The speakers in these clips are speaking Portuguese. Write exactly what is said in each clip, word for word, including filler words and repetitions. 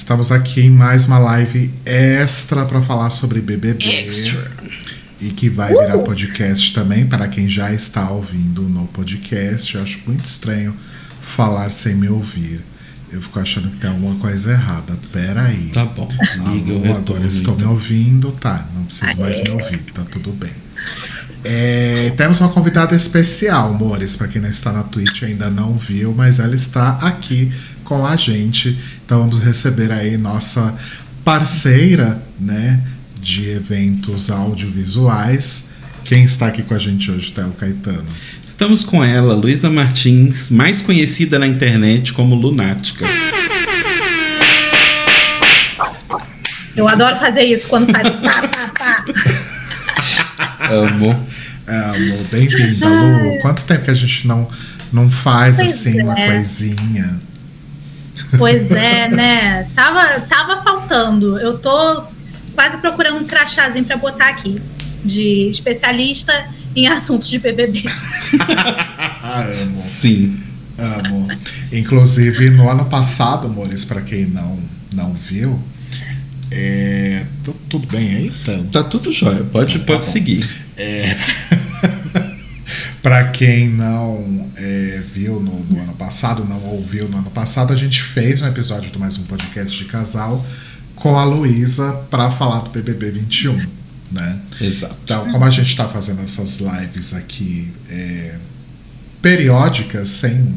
Estamos aqui em mais uma live extra para falar sobre B B B. Extra. E que vai virar uh! podcast também para quem já está ouvindo no podcast. Eu acho muito estranho falar sem me ouvir. Eu fico achando que tem alguma coisa errada. Pera aí. Tá bom. Liga, Alô, eu agora estou me ouvindo. Tá, não preciso mais me ouvir. Tá tudo bem. É, temos uma convidada especial, amores, para quem não está na Twitch e ainda não viu, mas ela está aqui com a gente. Então vamos receber aí nossa parceira, né, de eventos audiovisuais. Quem está aqui com a gente hoje, Telo Caetano? Estamos com ela, Luísa Martins, mais conhecida na internet como Lunática. Eu adoro fazer isso quando faz pá, pá, pá. Amo. Amo. Bem-vinda, Lu. Quanto tempo que a gente não, não faz Pois assim é. uma coisinha? Pois é, né? Tava, tava faltando. Eu tô quase procurando um crachazinho pra botar aqui, de especialista em assuntos de B B B. Amo. Sim. Amo. Inclusive, no ano passado, amores, para quem não, não viu, é... tu- tudo bem aí, então? Tá tudo jóia, pode, Tá pode bom. seguir. É... Para quem não é, viu no, no ano passado, não ouviu no ano passado, a gente fez um episódio do Mais Um Podcast de Casal com a Luísa para falar do B B B vinte e um, né? Exato. Então, como a gente tá fazendo essas lives aqui é, periódicas, sem.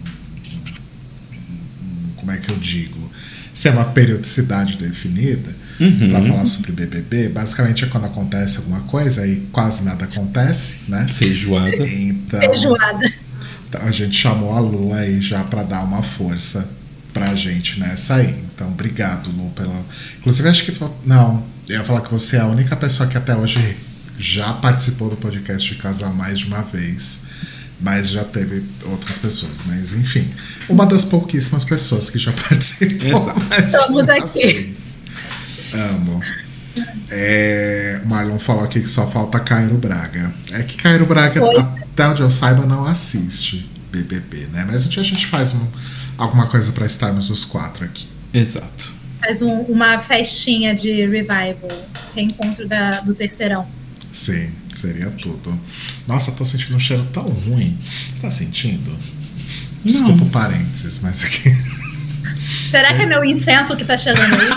Como é que eu digo? Sem uma periodicidade definida, Uhum. pra falar sobre B B B, basicamente é quando acontece alguma coisa e quase nada acontece, né? Feijoada. Então, Feijoada. então a gente chamou a Lu aí já pra dar uma força pra gente nessa aí. Então, obrigado, Lu, pela. Inclusive, acho que. foi- Não, eu ia falar que você é a única pessoa que até hoje já participou do podcast de Casal mais de uma vez. Mas já teve outras pessoas. Mas, enfim, uma das pouquíssimas pessoas que já participou. Exato. mais de Estamos uma aqui. vez. Amo. É, o Marlon falou aqui que só falta Cairo Braga. É que Cairo Braga, Oi. até onde eu saiba, não assiste B B B, né? Mas um dia a gente faz um- alguma coisa pra estarmos os quatro aqui. Exato. Faz um- uma festinha de revival. Reencontro da, do terceirão. Sim, seria tudo. Nossa, tô sentindo um cheiro tão ruim. Você tá sentindo? Desculpa o parênteses, mas aqui. Será que é meu incenso que tá chegando aí?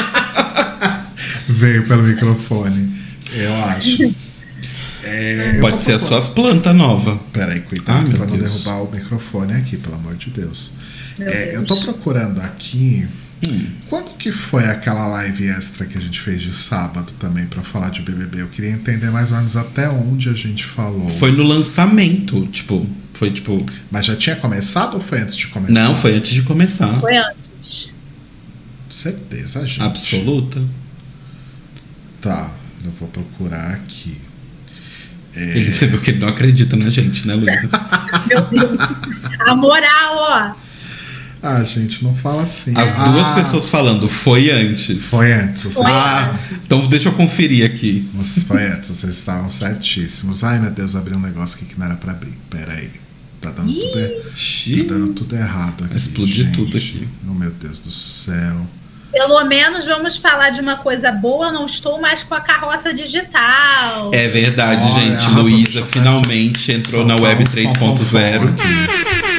Veio pelo microfone. Eu acho. É, eu Pode tô ser as procurando- suas plantas novas. Peraí, cuidado Ai, meu pra não Deus. derrubar o microfone aqui, pelo amor de Deus. Meu É, eu Deus. tô procurando aqui. Hum. Quando que foi aquela live extra que a gente fez de sábado também pra falar de B B B? Eu queria entender mais ou menos até onde a gente falou. Foi no lançamento, tipo, foi tipo... Mas já tinha começado ou foi antes de começar? Não, foi antes de começar. Foi antes. Certeza, gente. Absoluta. Tá, eu vou procurar aqui. Ele, você viu que ele não acredita na gente, né, Luísa? Meu Deus. A moral, ó. Ah, gente, não fala assim. As Ah, duas pessoas falando, foi antes. Foi antes. Vocês, Foi. Ah, então deixa eu conferir aqui. vocês- foi antes, vocês estavam certíssimos. Ai, meu Deus, abri um negócio aqui que não era pra abrir. Pera aí. Tá dando, tudo, er- Xiii. tá dando tudo errado aqui. Vai explodir gente. tudo aqui. Oh, meu Deus do céu. Pelo menos vamos falar de uma coisa boa. Eu não estou mais com a carroça digital. É verdade, Olha, gente. arrasou. Luísa Deixa eu finalmente entrou na soltar Web um três fom, ponto fom, fom zero. aqui.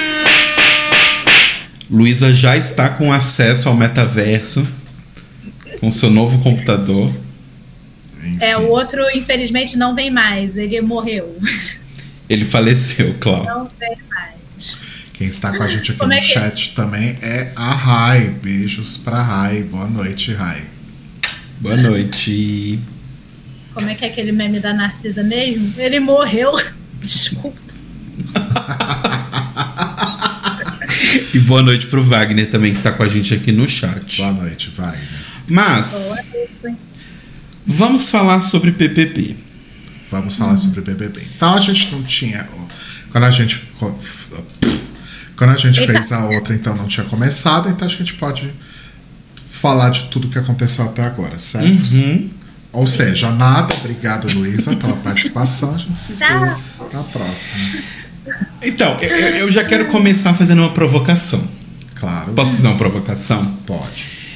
Luísa já está com acesso ao metaverso com seu novo computador. Enfim. É, o outro, infelizmente, não vem mais. Ele morreu. Ele faleceu, Clau. Não vem mais. Quem está com a gente aqui Como no é que- chat também é a Rai. Beijos pra Rai. Boa noite, Rai. Boa noite. Como é que é aquele meme da Narcisa mesmo? Ele morreu. Desculpa. E boa noite pro Wagner também, que tá com a gente aqui no chat. Boa noite, Wagner. Mas, Boa. vamos falar sobre P P P. Vamos falar sobre B B B. Então a gente não tinha. Quando a gente. Quando a gente Eita. fez a outra, então não tinha começado, então acho que a gente pode falar de tudo que aconteceu até agora, certo? Uhum. Ou seja, nada. Obrigado, Luísa, pela participação. A gente se vê Tá. na próxima. Então, eu, eu já quero começar fazendo uma provocação. Claro. Posso fazer uma provocação? Pode.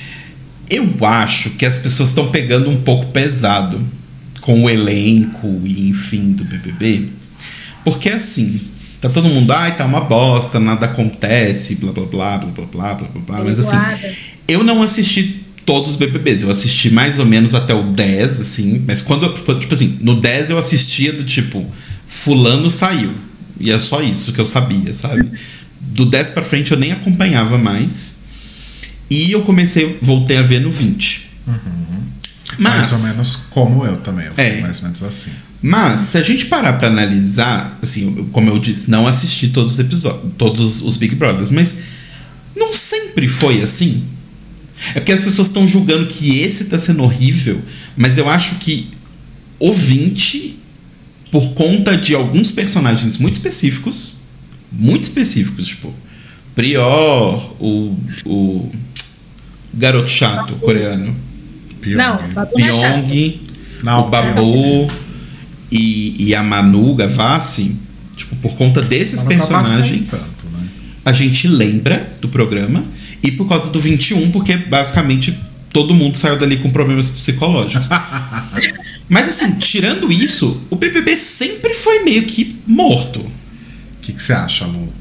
Eu acho que as pessoas estão pegando um pouco pesado com o elenco e enfim do B B B. Porque assim, tá todo mundo, ai, tá uma bosta, nada acontece, blá blá blá, blá blá blá, blá blá blá. Mas assim, eu não assisti todos os B B Bs, eu assisti mais ou menos até o dez, assim. Mas quando, tipo assim, no dez eu assistia do tipo, fulano saiu. E é só isso que eu sabia, sabe? Do dez pra frente eu nem acompanhava mais. E eu comecei, voltei a ver no vinte. Uhum. Mas, mais ou menos como eu também, eu é, mais ou menos assim. Mas, se a gente parar pra analisar, assim, como eu disse, não assisti todos os episódios, todos os Big Brothers, mas não sempre foi assim. É porque as pessoas estão julgando que esse tá sendo horrível, mas eu acho que o vinte, por conta de alguns personagens muito específicos, muito específicos, tipo, Prior, o, o garoto chato coreano, Pyong. Não, Pyong, Não, o Babu e, e a Manu Gavassi, tipo, por conta desses personagens, tanto, né? a gente lembra do programa. E por causa do vinte e um, porque basicamente todo mundo saiu dali com problemas psicológicos. Mas assim, tirando isso, o B B B sempre foi meio que morto. O que você acha, Lu?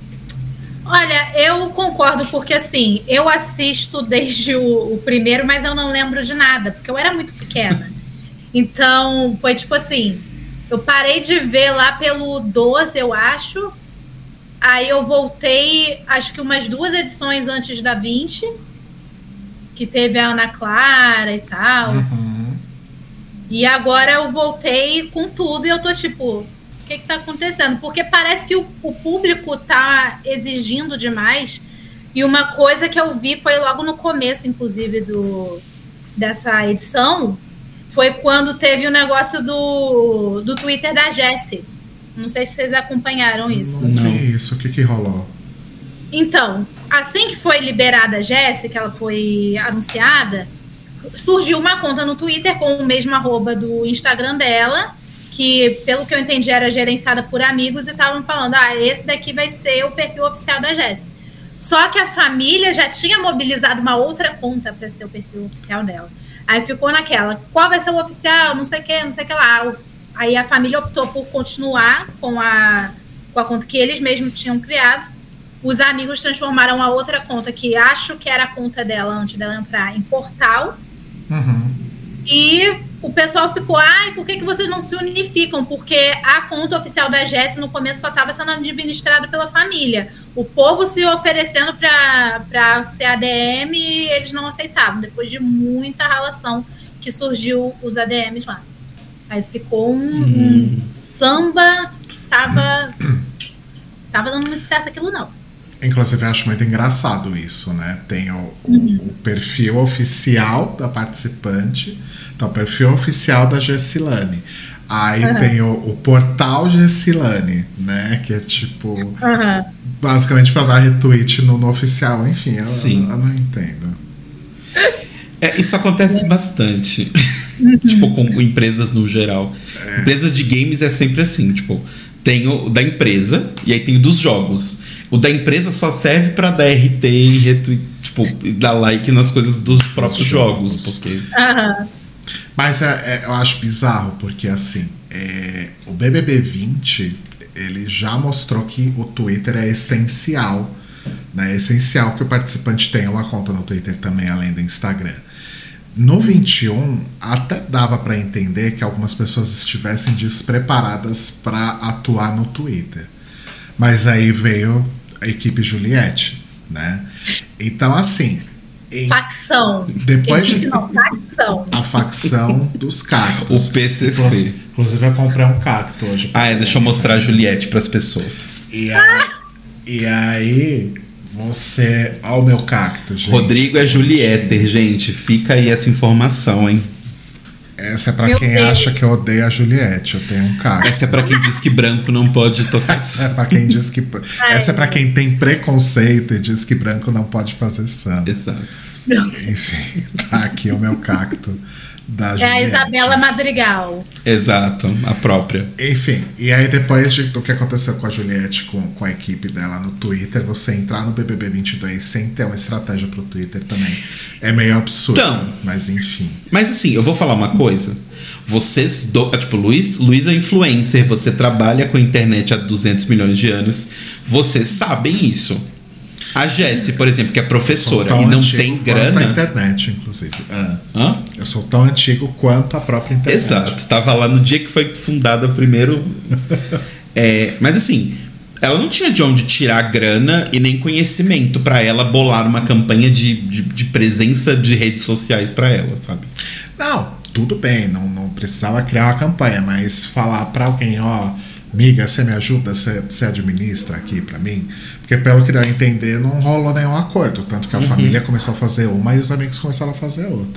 Olha, eu concordo, porque assim, eu assisto desde o, o primeiro, mas eu não lembro de nada, porque eu era muito pequena. Então, foi tipo assim, eu parei de ver lá pelo doze, eu acho. Aí eu voltei, acho que umas duas edições antes da vinte, que teve a Ana Clara e tal. Uhum. E agora eu voltei com tudo e eu tô tipo... O que que tá acontecendo? Porque parece que o, o público tá exigindo demais. E uma coisa que eu vi foi logo no começo, inclusive, do, dessa edição, foi quando teve o negócio do, do Twitter da Jessie. Não sei se vocês acompanharam isso. Não vi isso. O que que rolou? Então, assim que foi liberada a Jessie, que ela foi anunciada, surgiu uma conta no Twitter com o mesmo arroba do Instagram dela, que, pelo que eu entendi, era gerenciada por amigos, e estavam falando, ah, esse daqui vai ser o perfil oficial da Jessie. Só que a família já tinha mobilizado uma outra conta para ser o perfil oficial dela. Aí ficou naquela, qual vai ser o oficial, não sei o que, não sei o que lá. Aí a família optou por continuar com a, com a conta que eles mesmos tinham criado. Os amigos transformaram a outra conta, que acho que era a conta dela antes dela entrar, em portal. Uhum. E o pessoal ficou, ai, por que, que vocês não se unificam? Porque a conta oficial da Jessie no começo só estava sendo administrada pela família. O povo se oferecendo para ser A D M e eles não aceitavam. Depois de muita relação que surgiu os A D Ms lá. Aí ficou um, hum. um samba que tava, tava dando muito certo aquilo não. Inclusive, eu acho muito engraçado isso, né? Tem o, uhum. o, o perfil oficial da participante, tá, o perfil oficial da Jessilane. Aí uhum. tem o, o portal Jessilane, né? Que é tipo, uhum. basicamente para dar retweet no, no oficial. Enfim, eu, Sim. eu, eu não entendo. É, isso acontece é. bastante. Uhum. Tipo, com empresas no geral. É. Empresas de games é sempre assim, tipo, tem o da empresa e aí tem o dos jogos. O da empresa só serve pra dar R T e retweet, tipo, dar like nas coisas dos próprios jogos. jogos porque... Uhum. Mas é, é, eu acho bizarro, porque assim, é, o B B B vinte, ele já mostrou que o Twitter é essencial, né? É essencial que o participante tenha uma conta no Twitter também, além do Instagram. No vinte e um, até dava para entender que algumas pessoas estivessem despreparadas para atuar no Twitter. Mas aí veio a equipe Juliette, né? Então, assim... Em... Facção. Depois equipe de... não, facção. A facção dos cactos. O P C C. Inclusive, eu comprei um cacto hoje. Ah, é, deixa eu mostrar a Juliette pras pessoas. E aí... E aí você... Olha o meu cacto, gente. Rodrigo é Julieter, gente. Fica aí essa informação, hein? Essa é pra Meu quem Deus. acha que eu odeio a Juliette. Eu tenho um cacto. Essa é pra quem diz que branco não pode tocar. Essa é pra quem diz que... Ai, Essa é pra quem tem preconceito e diz que branco não pode fazer samba. Exato. Enfim, tá aqui o meu cacto da Juliette. É a Isabela Madrigal. Exato, a própria. Enfim, e aí depois de, do que aconteceu com a Juliette, com, com a equipe dela no Twitter, você entrar no B B B vinte e dois sem ter uma estratégia pro Twitter também é meio absurdo. Então, mas enfim. Mas assim, eu vou falar uma coisa. Vocês, do, tipo, Luiz, Luiz é influencer, você trabalha com a internet há duzentos milhões de anos, vocês sabem isso. A Jessie, por exemplo, que é professora e não tem grana. A internet, inclusive. Ah. Hã? Eu sou tão antigo quanto a própria internet. Exato, tava lá no dia que foi fundada o primeiro. é, mas assim, ela não tinha de onde tirar grana e nem conhecimento pra ela bolar uma campanha de, de, de presença de redes sociais pra ela, sabe? Não, tudo bem, não, não precisava criar uma campanha, mas falar pra alguém, ó. Amiga, você me ajuda, você, você administra aqui pra mim? Porque pelo que dá a entender, não rolou nenhum acordo. Tanto que a uhum. família começou a fazer uma e os amigos começaram a fazer outra.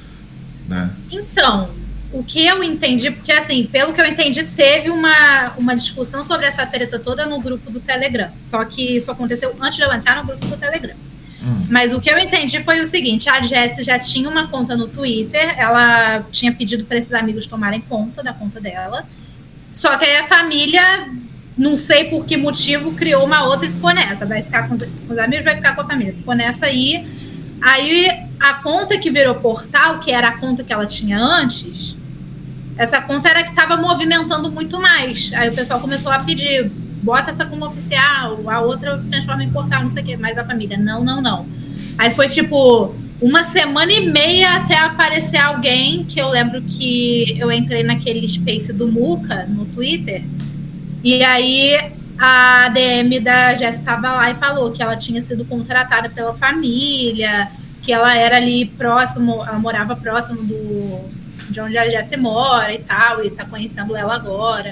Né? Então, o que eu entendi, porque assim, pelo que eu entendi, teve uma, uma discussão sobre essa treta toda no grupo do Telegram. Só que isso aconteceu antes de eu entrar no grupo do Telegram. Hum. Mas o que eu entendi foi o seguinte, a Jessie já tinha uma conta no Twitter, ela tinha pedido para esses amigos tomarem conta da conta dela. Só que aí a família, não sei por que motivo, criou uma outra e ficou nessa. Vai ficar com os, com os amigos, vai ficar com a família. Ficou nessa aí. Aí a conta que virou portal, que era a conta que ela tinha antes, essa conta era que estava movimentando muito mais. Aí o pessoal começou a pedir, bota essa como oficial, a outra transforma em portal, não sei o quê. Mas a família, não, não, não. Aí foi tipo... uma semana e meia até aparecer alguém, que eu lembro que eu entrei naquele space do Muca, no Twitter, e aí a D M da Jessie estava lá e falou que ela tinha sido contratada pela família, que ela era ali próximo, ela morava próximo do, de onde a Jessie mora e tal, e tá conhecendo ela agora.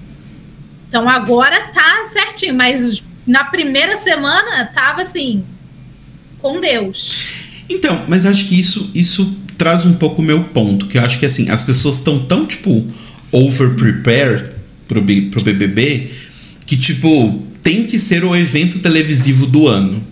Então agora tá certinho, mas na primeira semana tava assim, com Deus. Então, mas acho que isso, isso traz um pouco o meu ponto, que eu acho que assim, as pessoas estão tão, tipo, over-prepared pro, pro B B B, que, tipo, tem que ser o evento televisivo do ano.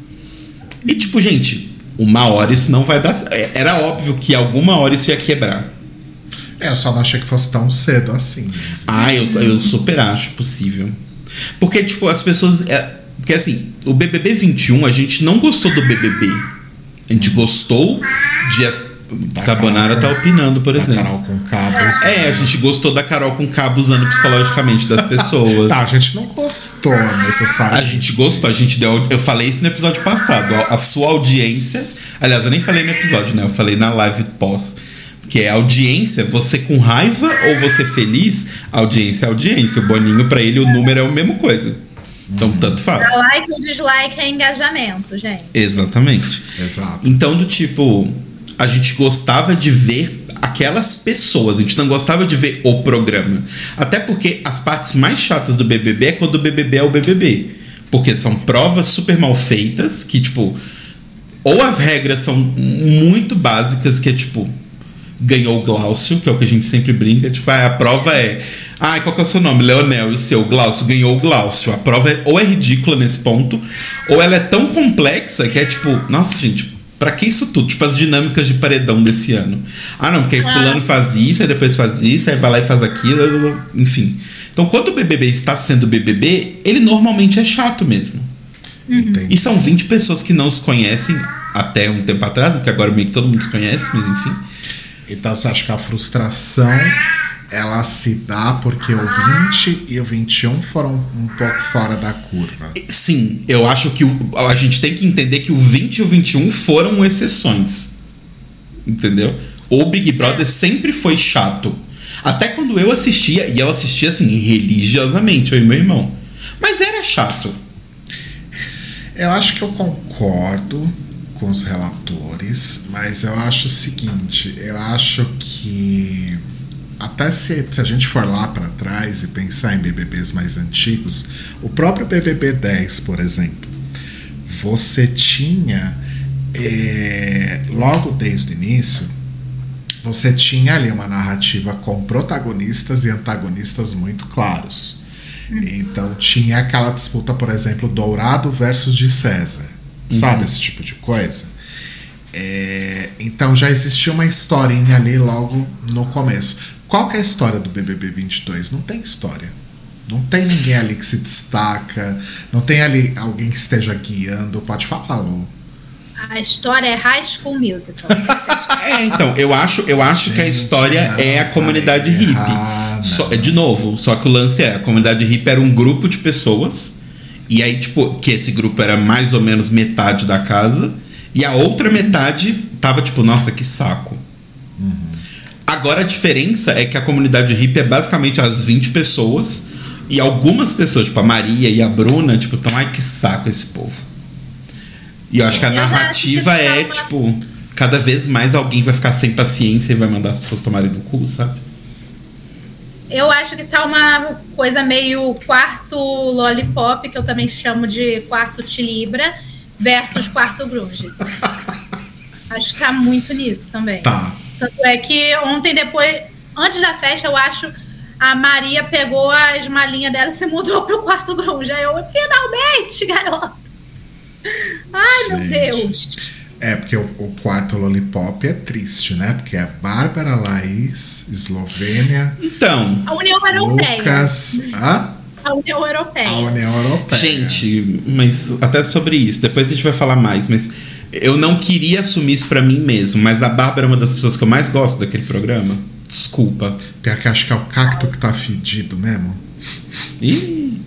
E, tipo, gente, uma hora isso não vai dar... Era óbvio que alguma hora isso ia quebrar. É, eu só não achei que fosse tão cedo assim. assim. Ah, eu, eu super acho possível. Porque, tipo, as pessoas... É, porque, assim, o B B B vinte e um, a gente não gostou do B B B. A gente gostou de... As... Da Carbonara Carol, tá opinando, por exemplo. Carol com cabos. É, a gente gostou da Carol com cabo usando psicologicamente das pessoas. Tá, a gente não gostou necessariamente. A gente gostou, a gente deu... Eu falei isso no episódio passado. A sua audiência... Aliás, eu nem falei no episódio, né? Eu falei na live pós. Que é audiência, você com raiva ou você feliz, audiência é audiência. O Boninho, pra ele, o número é a mesma coisa. Então, uhum. tanto faz. Pra like ou dislike é engajamento, gente. Exatamente. Exato. Então, do tipo... A gente gostava de ver aquelas pessoas, a gente não gostava de ver o programa. Até porque as partes mais chatas do B B B é quando o B B B é o B B B. Porque são provas super mal feitas, que tipo... Ou as regras são muito básicas, que é tipo... Ganhou o Glaucio, que é o que a gente sempre brinca. Tipo, ah, a prova é... Ah, qual que é o seu nome? Leonel, e o seu? Glaucio. Ganhou o Glaucio. A prova é, ou é ridícula nesse ponto, ou ela é tão complexa que é tipo... Nossa, gente... Pra que isso tudo? Tipo as dinâmicas de paredão desse ano. Ah, não, porque aí fulano faz isso, aí depois faz isso, aí vai lá e faz aquilo, enfim. Então, quando o B B B está sendo B B B, ele normalmente é chato mesmo. Uhum. E são vinte pessoas que não se conhecem até um tempo atrás, porque agora meio que todo mundo se conhece, mas enfim. Então, você acha que a frustração ela se dá porque o vinte e o vinte e um foram um pouco fora da curva? Sim, eu acho que o, a gente tem que entender que o vinte e o vinte e um foram exceções. Entendeu? O Big Brother sempre foi chato. Até quando eu assistia, e eu assistia assim, religiosamente, eu e meu irmão. Mas era chato. Eu acho que eu concordo com os relatores, mas eu acho o seguinte, eu acho que... Até se, se a gente for lá para trás e pensar em B B Bs mais antigos, o próprio B B B dez, por exemplo, você tinha, é, logo desde o início, você tinha ali uma narrativa com protagonistas e antagonistas muito claros. Uhum. Então tinha aquela disputa, por exemplo, Dourado versus de César, uhum. sabe, esse tipo de coisa? É, então já existia uma historinha ali logo no começo. Qual que é a história do B B B vinte e dois? Não tem história. Não tem ninguém ali que se destaca. Não tem ali alguém que esteja guiando. Pode falar, Lu. A história é High School Musical. É, então, eu acho, eu acho que a história não, é a comunidade tá hippie. errado. Só, de novo, só que o lance é, a comunidade hippie era um grupo de pessoas, e aí, tipo, que esse grupo era mais ou menos metade da casa, e a outra metade tava tipo, nossa, que saco. Uhum. Agora a diferença é que a comunidade hippie é basicamente as vinte pessoas, e algumas pessoas, tipo a Maria e a Bruna, tipo, tão, ai, que saco esse povo. E eu acho que a Eu já narrativa acho que é, tá uma- tipo, cada vez mais alguém vai ficar sem paciência e vai mandar as pessoas tomarem no cu, sabe? Eu acho que tá uma coisa meio quarto lollipop, que eu também chamo de quarto tilibra, versus quarto grunge. Acho que tá muito nisso também. Tá. Tanto é que ontem, depois, antes da festa, eu acho, a Maria pegou as malinhas dela e se mudou pro quarto grunge. Aí eu, finalmente, garota! Ai, meu Gente. Deus! É, porque o, o quarto Lollipop é triste, né? Porque é Bárbara, Laís, Eslovênia, Então, A União Europeia. Lucas. Hã? A União Europeia. A União Europeia. gente, mas até sobre isso, depois a gente vai falar mais, mas eu não queria assumir isso pra mim mesmo, mas a Bárbara é uma das pessoas que eu mais gosto daquele programa. Desculpa. Pior que acho que é o cacto que tá fedido mesmo. Ih,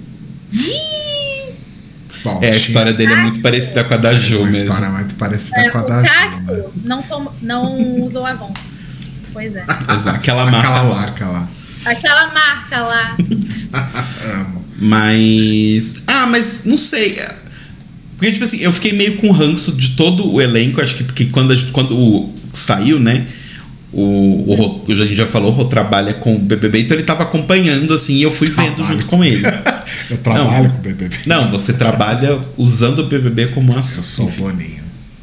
Bom, é, a tinha história dele é muito parecida com a da Jo uma mesmo. história muito parecida É, com a o da Ju, né? cacto não, toma, não usou Avon. Pois é. Exato, aquela Aquela marca. marca lá. Aquela marca lá. Amo. Mas. Ah, mas não sei. Porque, tipo assim, eu fiquei meio com ranço de todo o elenco. Acho que porque quando, a gente- quando o- saiu, né? O, o, Rô- a gente já falou, o Rô trabalha com o B B B, então ele tava acompanhando, assim, e eu fui vendo Trabalho. junto com ele. Eu trabalho com o B B B. Não, você trabalha usando o B B B como Eu assunto. sou enfim. Boninho.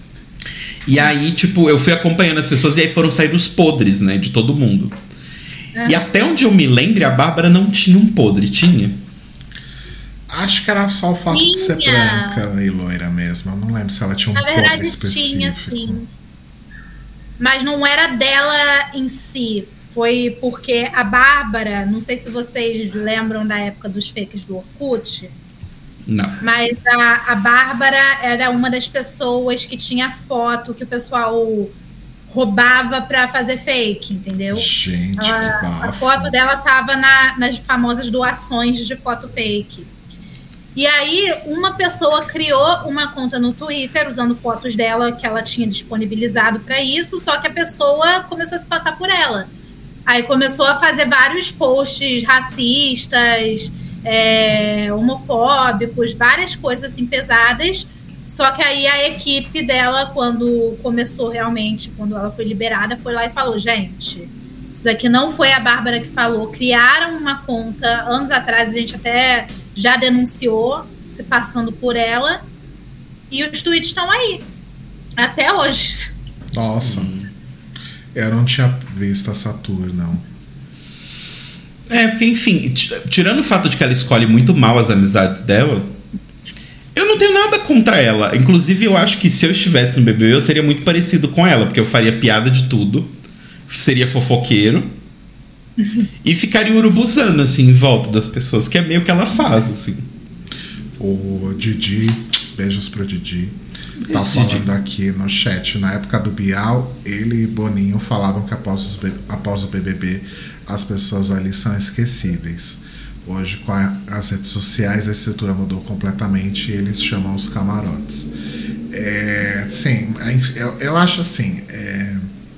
E aí, tipo, eu fui acompanhando as pessoas e aí foram sair os podres, né? De todo mundo. E até onde eu me lembre, a Bárbara não tinha um podre, tinha? Acho que era só o fato de ser Tinha. branca e loira mesmo. Eu não lembro se ela tinha um Na podre verdade, específico. tinha, sim. Mas não era dela em si. Foi porque a Bárbara, não sei se vocês lembram da época dos fakes do Orkut, Não. mas a, a Bárbara era uma das pessoas que tinha foto que o pessoal roubava pra fazer fake, entendeu? Gente, que A, a bafo. foto dela tava na- nas famosas doações de foto fake. E aí, uma pessoa criou uma conta no Twitter usando fotos dela que ela tinha disponibilizado para isso, só que a pessoa começou a se passar por ela. Aí começou a fazer vários posts racistas, é, homofóbicos, várias coisas assim pesadas. Só que aí a equipe dela, quando começou realmente, quando ela foi liberada, foi lá e falou: gente, isso daqui não foi a Bárbara que falou. Criaram uma conta anos atrás, a gente até já denunciou, se passando por ela. E os tweets estão aí. Até hoje. Nossa. Eu não tinha visto essa tour, não. É, porque, enfim, t- tirando o fato de que ela escolhe muito mal as amizades dela, eu não tenho nada contra ela. Inclusive, eu acho que se eu estivesse no B B B, eu seria muito parecido com ela, porque eu faria piada de tudo, seria fofoqueiro e ficaria urubuzando, assim, em volta das pessoas, que é meio que ela faz, assim. O Didi, beijos pro Didi, tá Beijo, falando Didi. aqui no chat. Na época do Bial, ele e Boninho falavam que após, os B- após o B B B, as pessoas ali são esquecíveis. Hoje, com a- as redes sociais, a estrutura mudou completamente e eles chamam os camarotes. É, sim, eu, eu acho assim, é,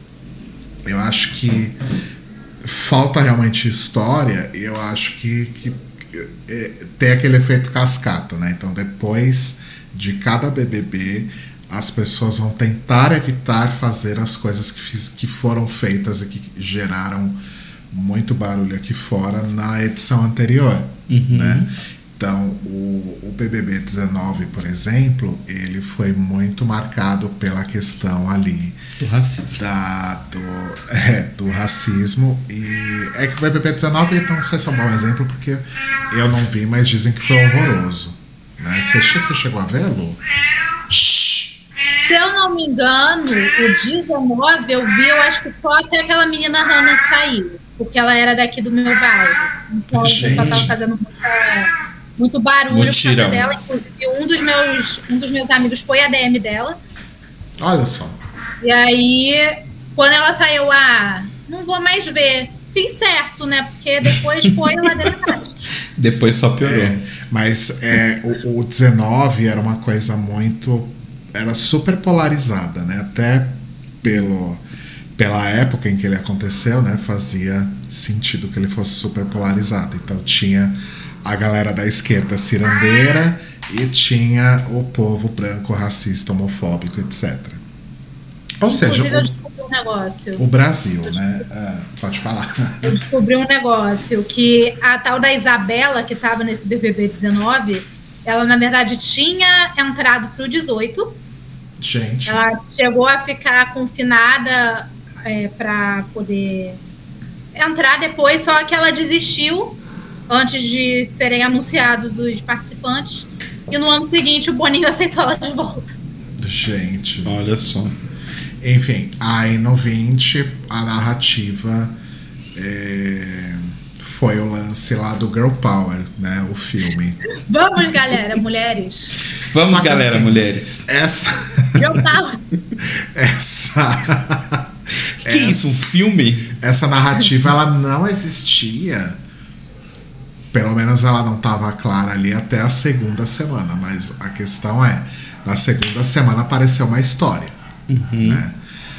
eu acho que falta realmente história. E eu acho que, que é, tem aquele efeito cascata, né? Então, depois de cada B B B, as pessoas vão tentar evitar fazer as coisas que, fiz, que foram feitas e que geraram muito barulho aqui fora na edição anterior, Uhum. né? Então, o, o B B B dezenove, por exemplo, ele foi muito marcado pela questão ali Do racismo. da, do, é, do racismo. E é que o B B B dezenove, então, não sei se é um bom exemplo, porque eu não vi, mas dizem que foi horroroso, né? Você, você chegou a ver, Lu? Shhh. Se eu não me engano, o dezenove eu vi, eu acho que só até aquela menina Hannah sair. Porque ela era daqui do meu bairro. Então Gente. o pessoal tava fazendo muita, muito barulho Mutirão. por causa dela. Inclusive, um dos, meus, um dos meus amigos foi a D M dela. Olha só. E aí, quando ela saiu, ah, não vou mais ver. Fiz certo, né? Porque depois foi lá dentro. Depois só piorou. É, mas é, o, o dezenove era uma coisa muito... Era super polarizada, né? Até pelo, pela época em que ele aconteceu, né? Fazia sentido que ele fosse super polarizado. Então tinha a galera da esquerda cirandeira e tinha o povo branco, racista, homofóbico, etcétera. Ou Inclusive, seja, eu o, descobri um negócio. o Brasil, né? Ah, pode falar. Eu descobri um negócio, que a tal da Isabela, que estava nesse B B B dezenove, ela, na verdade, tinha entrado para o dezoito. Gente. Ela chegou a ficar confinada é, para poder entrar depois, só que ela desistiu antes de serem anunciados os participantes. E no ano seguinte, o Boninho aceitou ela de volta. Gente. Olha só. Enfim, aí no vinte a narrativa é, foi o lance lá do Girl Power, né? O filme. Vamos, galera, mulheres. Vamos, Só que galera, assim, mulheres. Essa. Eu tava. essa. Que essa, isso? Um filme? Essa narrativa, ela não existia. Pelo menos ela não estava clara ali até a segunda semana. Mas a questão é: na segunda semana apareceu uma história. Uhum. Né?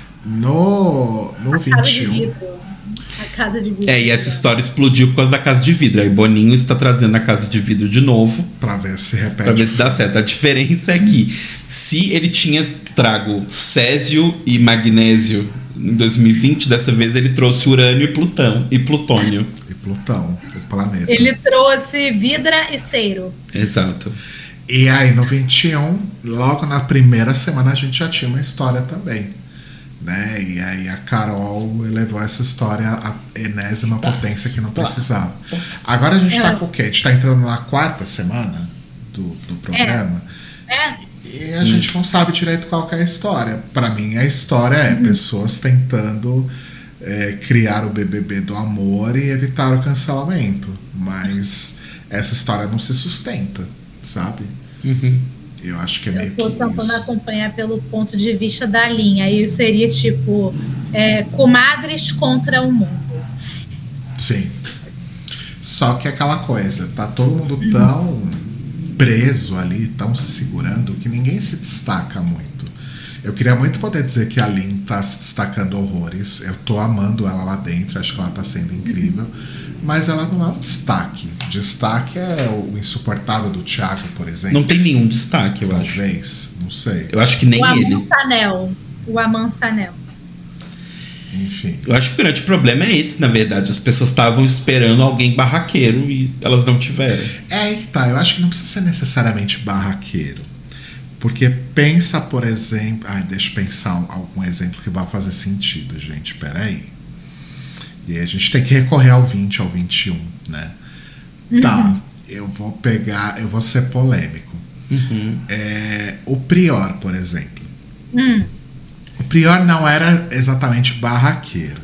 No, no a vinte e um. Casa de vidro. A casa de vidro. É, e essa história explodiu por causa da Casa de Vidro. Aí Boninho está trazendo a Casa de Vidro de novo. Pra ver se repete. Pra ver se dá certo. A diferença é que se ele tinha trago Césio e Magnésio em dois mil e vinte, dessa vez ele trouxe Urânio e Plutão. E Plutônio. E Plutão, o planeta. Ele trouxe Vidra e Ceiro. Exato. E aí, no vinte e um, logo na primeira semana, a gente já tinha uma história também. Né? E aí a Carol elevou essa história à enésima potência que não precisava. Agora a gente é. tá com o quê? A gente tá entrando na quarta semana do, do programa. É. É. E a hum. gente não sabe direito qual que é a história. Pra mim, a história é hum. pessoas tentando é, criar o B B B do amor e evitar o cancelamento. Mas essa história não se sustenta, sabe? Uhum. Eu acho que é meio que Eu tô tentando isso. acompanhar pelo ponto de vista da linha. Aí seria tipo é, comadres contra o mundo. Sim. Só que aquela coisa, tá todo mundo tão preso ali, tão se segurando, que ninguém se destaca muito. Eu queria muito poder dizer que a Lin tá se destacando horrores. Eu tô amando ela lá dentro, acho que ela tá sendo incrível. Mas ela não é um destaque. Destaque é o insuportável do Thiago, por exemplo. Não tem nenhum destaque, eu acho. Talvez, não sei. Eu acho que nem o ele. Amansanel. O Amansanel. Enfim. Eu acho que o grande problema é esse, na verdade. As pessoas estavam esperando alguém barraqueiro e elas não tiveram. É aí que tá. Eu acho que não precisa ser necessariamente barraqueiro. Porque pensa, por exemplo... Ai, deixa eu pensar algum exemplo que vai fazer sentido, gente. Peraí. E aí a gente tem que recorrer ao vinte, ao vinte e um, né? Uhum. Tá, eu vou pegar... Eu vou ser polêmico. Uhum. É, o Prior, por exemplo. Hum. O Prior não era exatamente barraqueiro.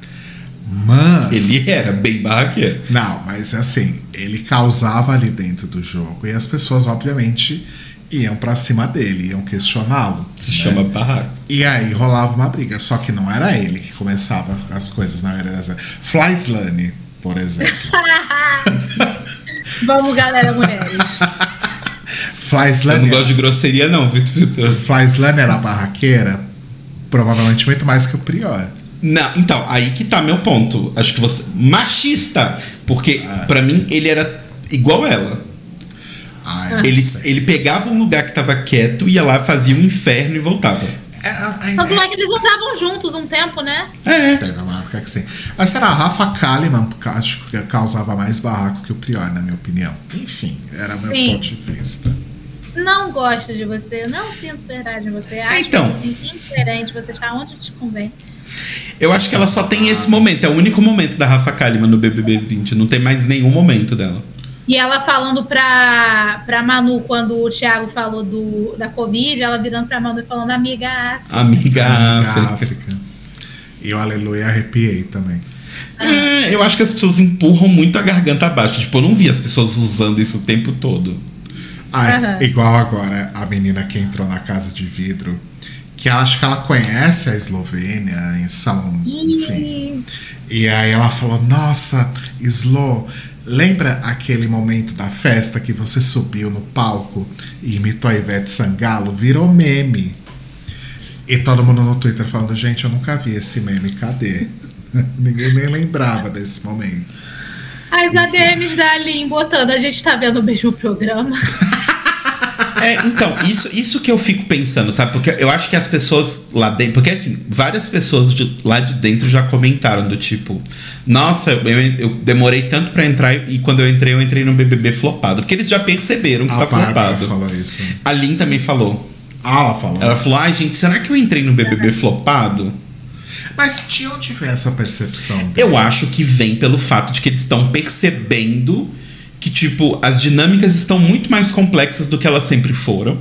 Mas... Ele era bem barraqueiro. Não, mas assim, ele causava ali dentro do jogo. E as pessoas, obviamente... iam pra cima dele, iam questioná-lo. Se né? chama barraco. E aí rolava uma briga, só que não era ele que começava as coisas na maioria das vezes. Flyslane, por exemplo. Vamos, galera, mulheres. Flyslane. Eu não gosto de grosseria, não, Vitor Vitor. Flyslane era barraqueira, provavelmente muito mais que o Prior. Não, então, aí que tá meu ponto. Acho que você. Machista! Porque, ah. pra mim, ele era igual ela. Ai, ele, ele pegava um lugar que tava quieto, ia lá, fazia um inferno e voltava. É, é, Tanto é, é que eles andavam juntos um tempo, né? É. Teve uma época que sim. Mas será, a Rafa Kalimann acho que causava mais barraco que o Prior, na minha opinião. Enfim, era meu sim. ponto de vista. Não gosto de você, não sinto verdade em você. Acho então, assim, indiferente, você está onde te convém. Eu acho que ela só tem esse momento, é o único momento da Rafa Kalimann no B B B vinte, não tem mais nenhum momento dela. E ela falando pra, pra Manu, quando o Thiago falou do, da Covid, ela virando pra Manu e falando, amiga África. Amiga África. África. E o aleluia arrepiei também. É, eu acho que as pessoas empurram muito a garganta abaixo. Tipo, eu não vi as pessoas usando isso o tempo todo. Ah, Uhum. igual agora a menina que entrou na casa de vidro, que ela, acho que ela conhece a Eslovênia, em São, enfim. E aí ela falou, nossa, Slo, lembra aquele momento da festa que você subiu no palco e imitou a Ivete Sangalo? Virou meme. E todo mundo no Twitter falando, gente, eu nunca vi esse meme, cadê? Ninguém nem lembrava desse momento. As A D Ms da Aline botando, a gente tá vendo o mesmo programa. É, então, isso, isso que eu fico pensando, sabe? Porque eu acho que as pessoas lá dentro... Porque, assim, várias pessoas de, lá de dentro já comentaram do tipo... Nossa, eu, eu demorei tanto pra entrar e quando eu entrei, eu entrei no B B B flopado. Porque eles já perceberam que A tá Bárbara flopado. falou isso. A Lin também falou. Ah, ela falou. Ela falou, ai, gente, será que eu entrei no B B B flopado? Mas de onde vem essa percepção deles? Eu acho que vem pelo fato de que eles estão percebendo que, tipo, as dinâmicas estão muito mais complexas do que elas sempre foram.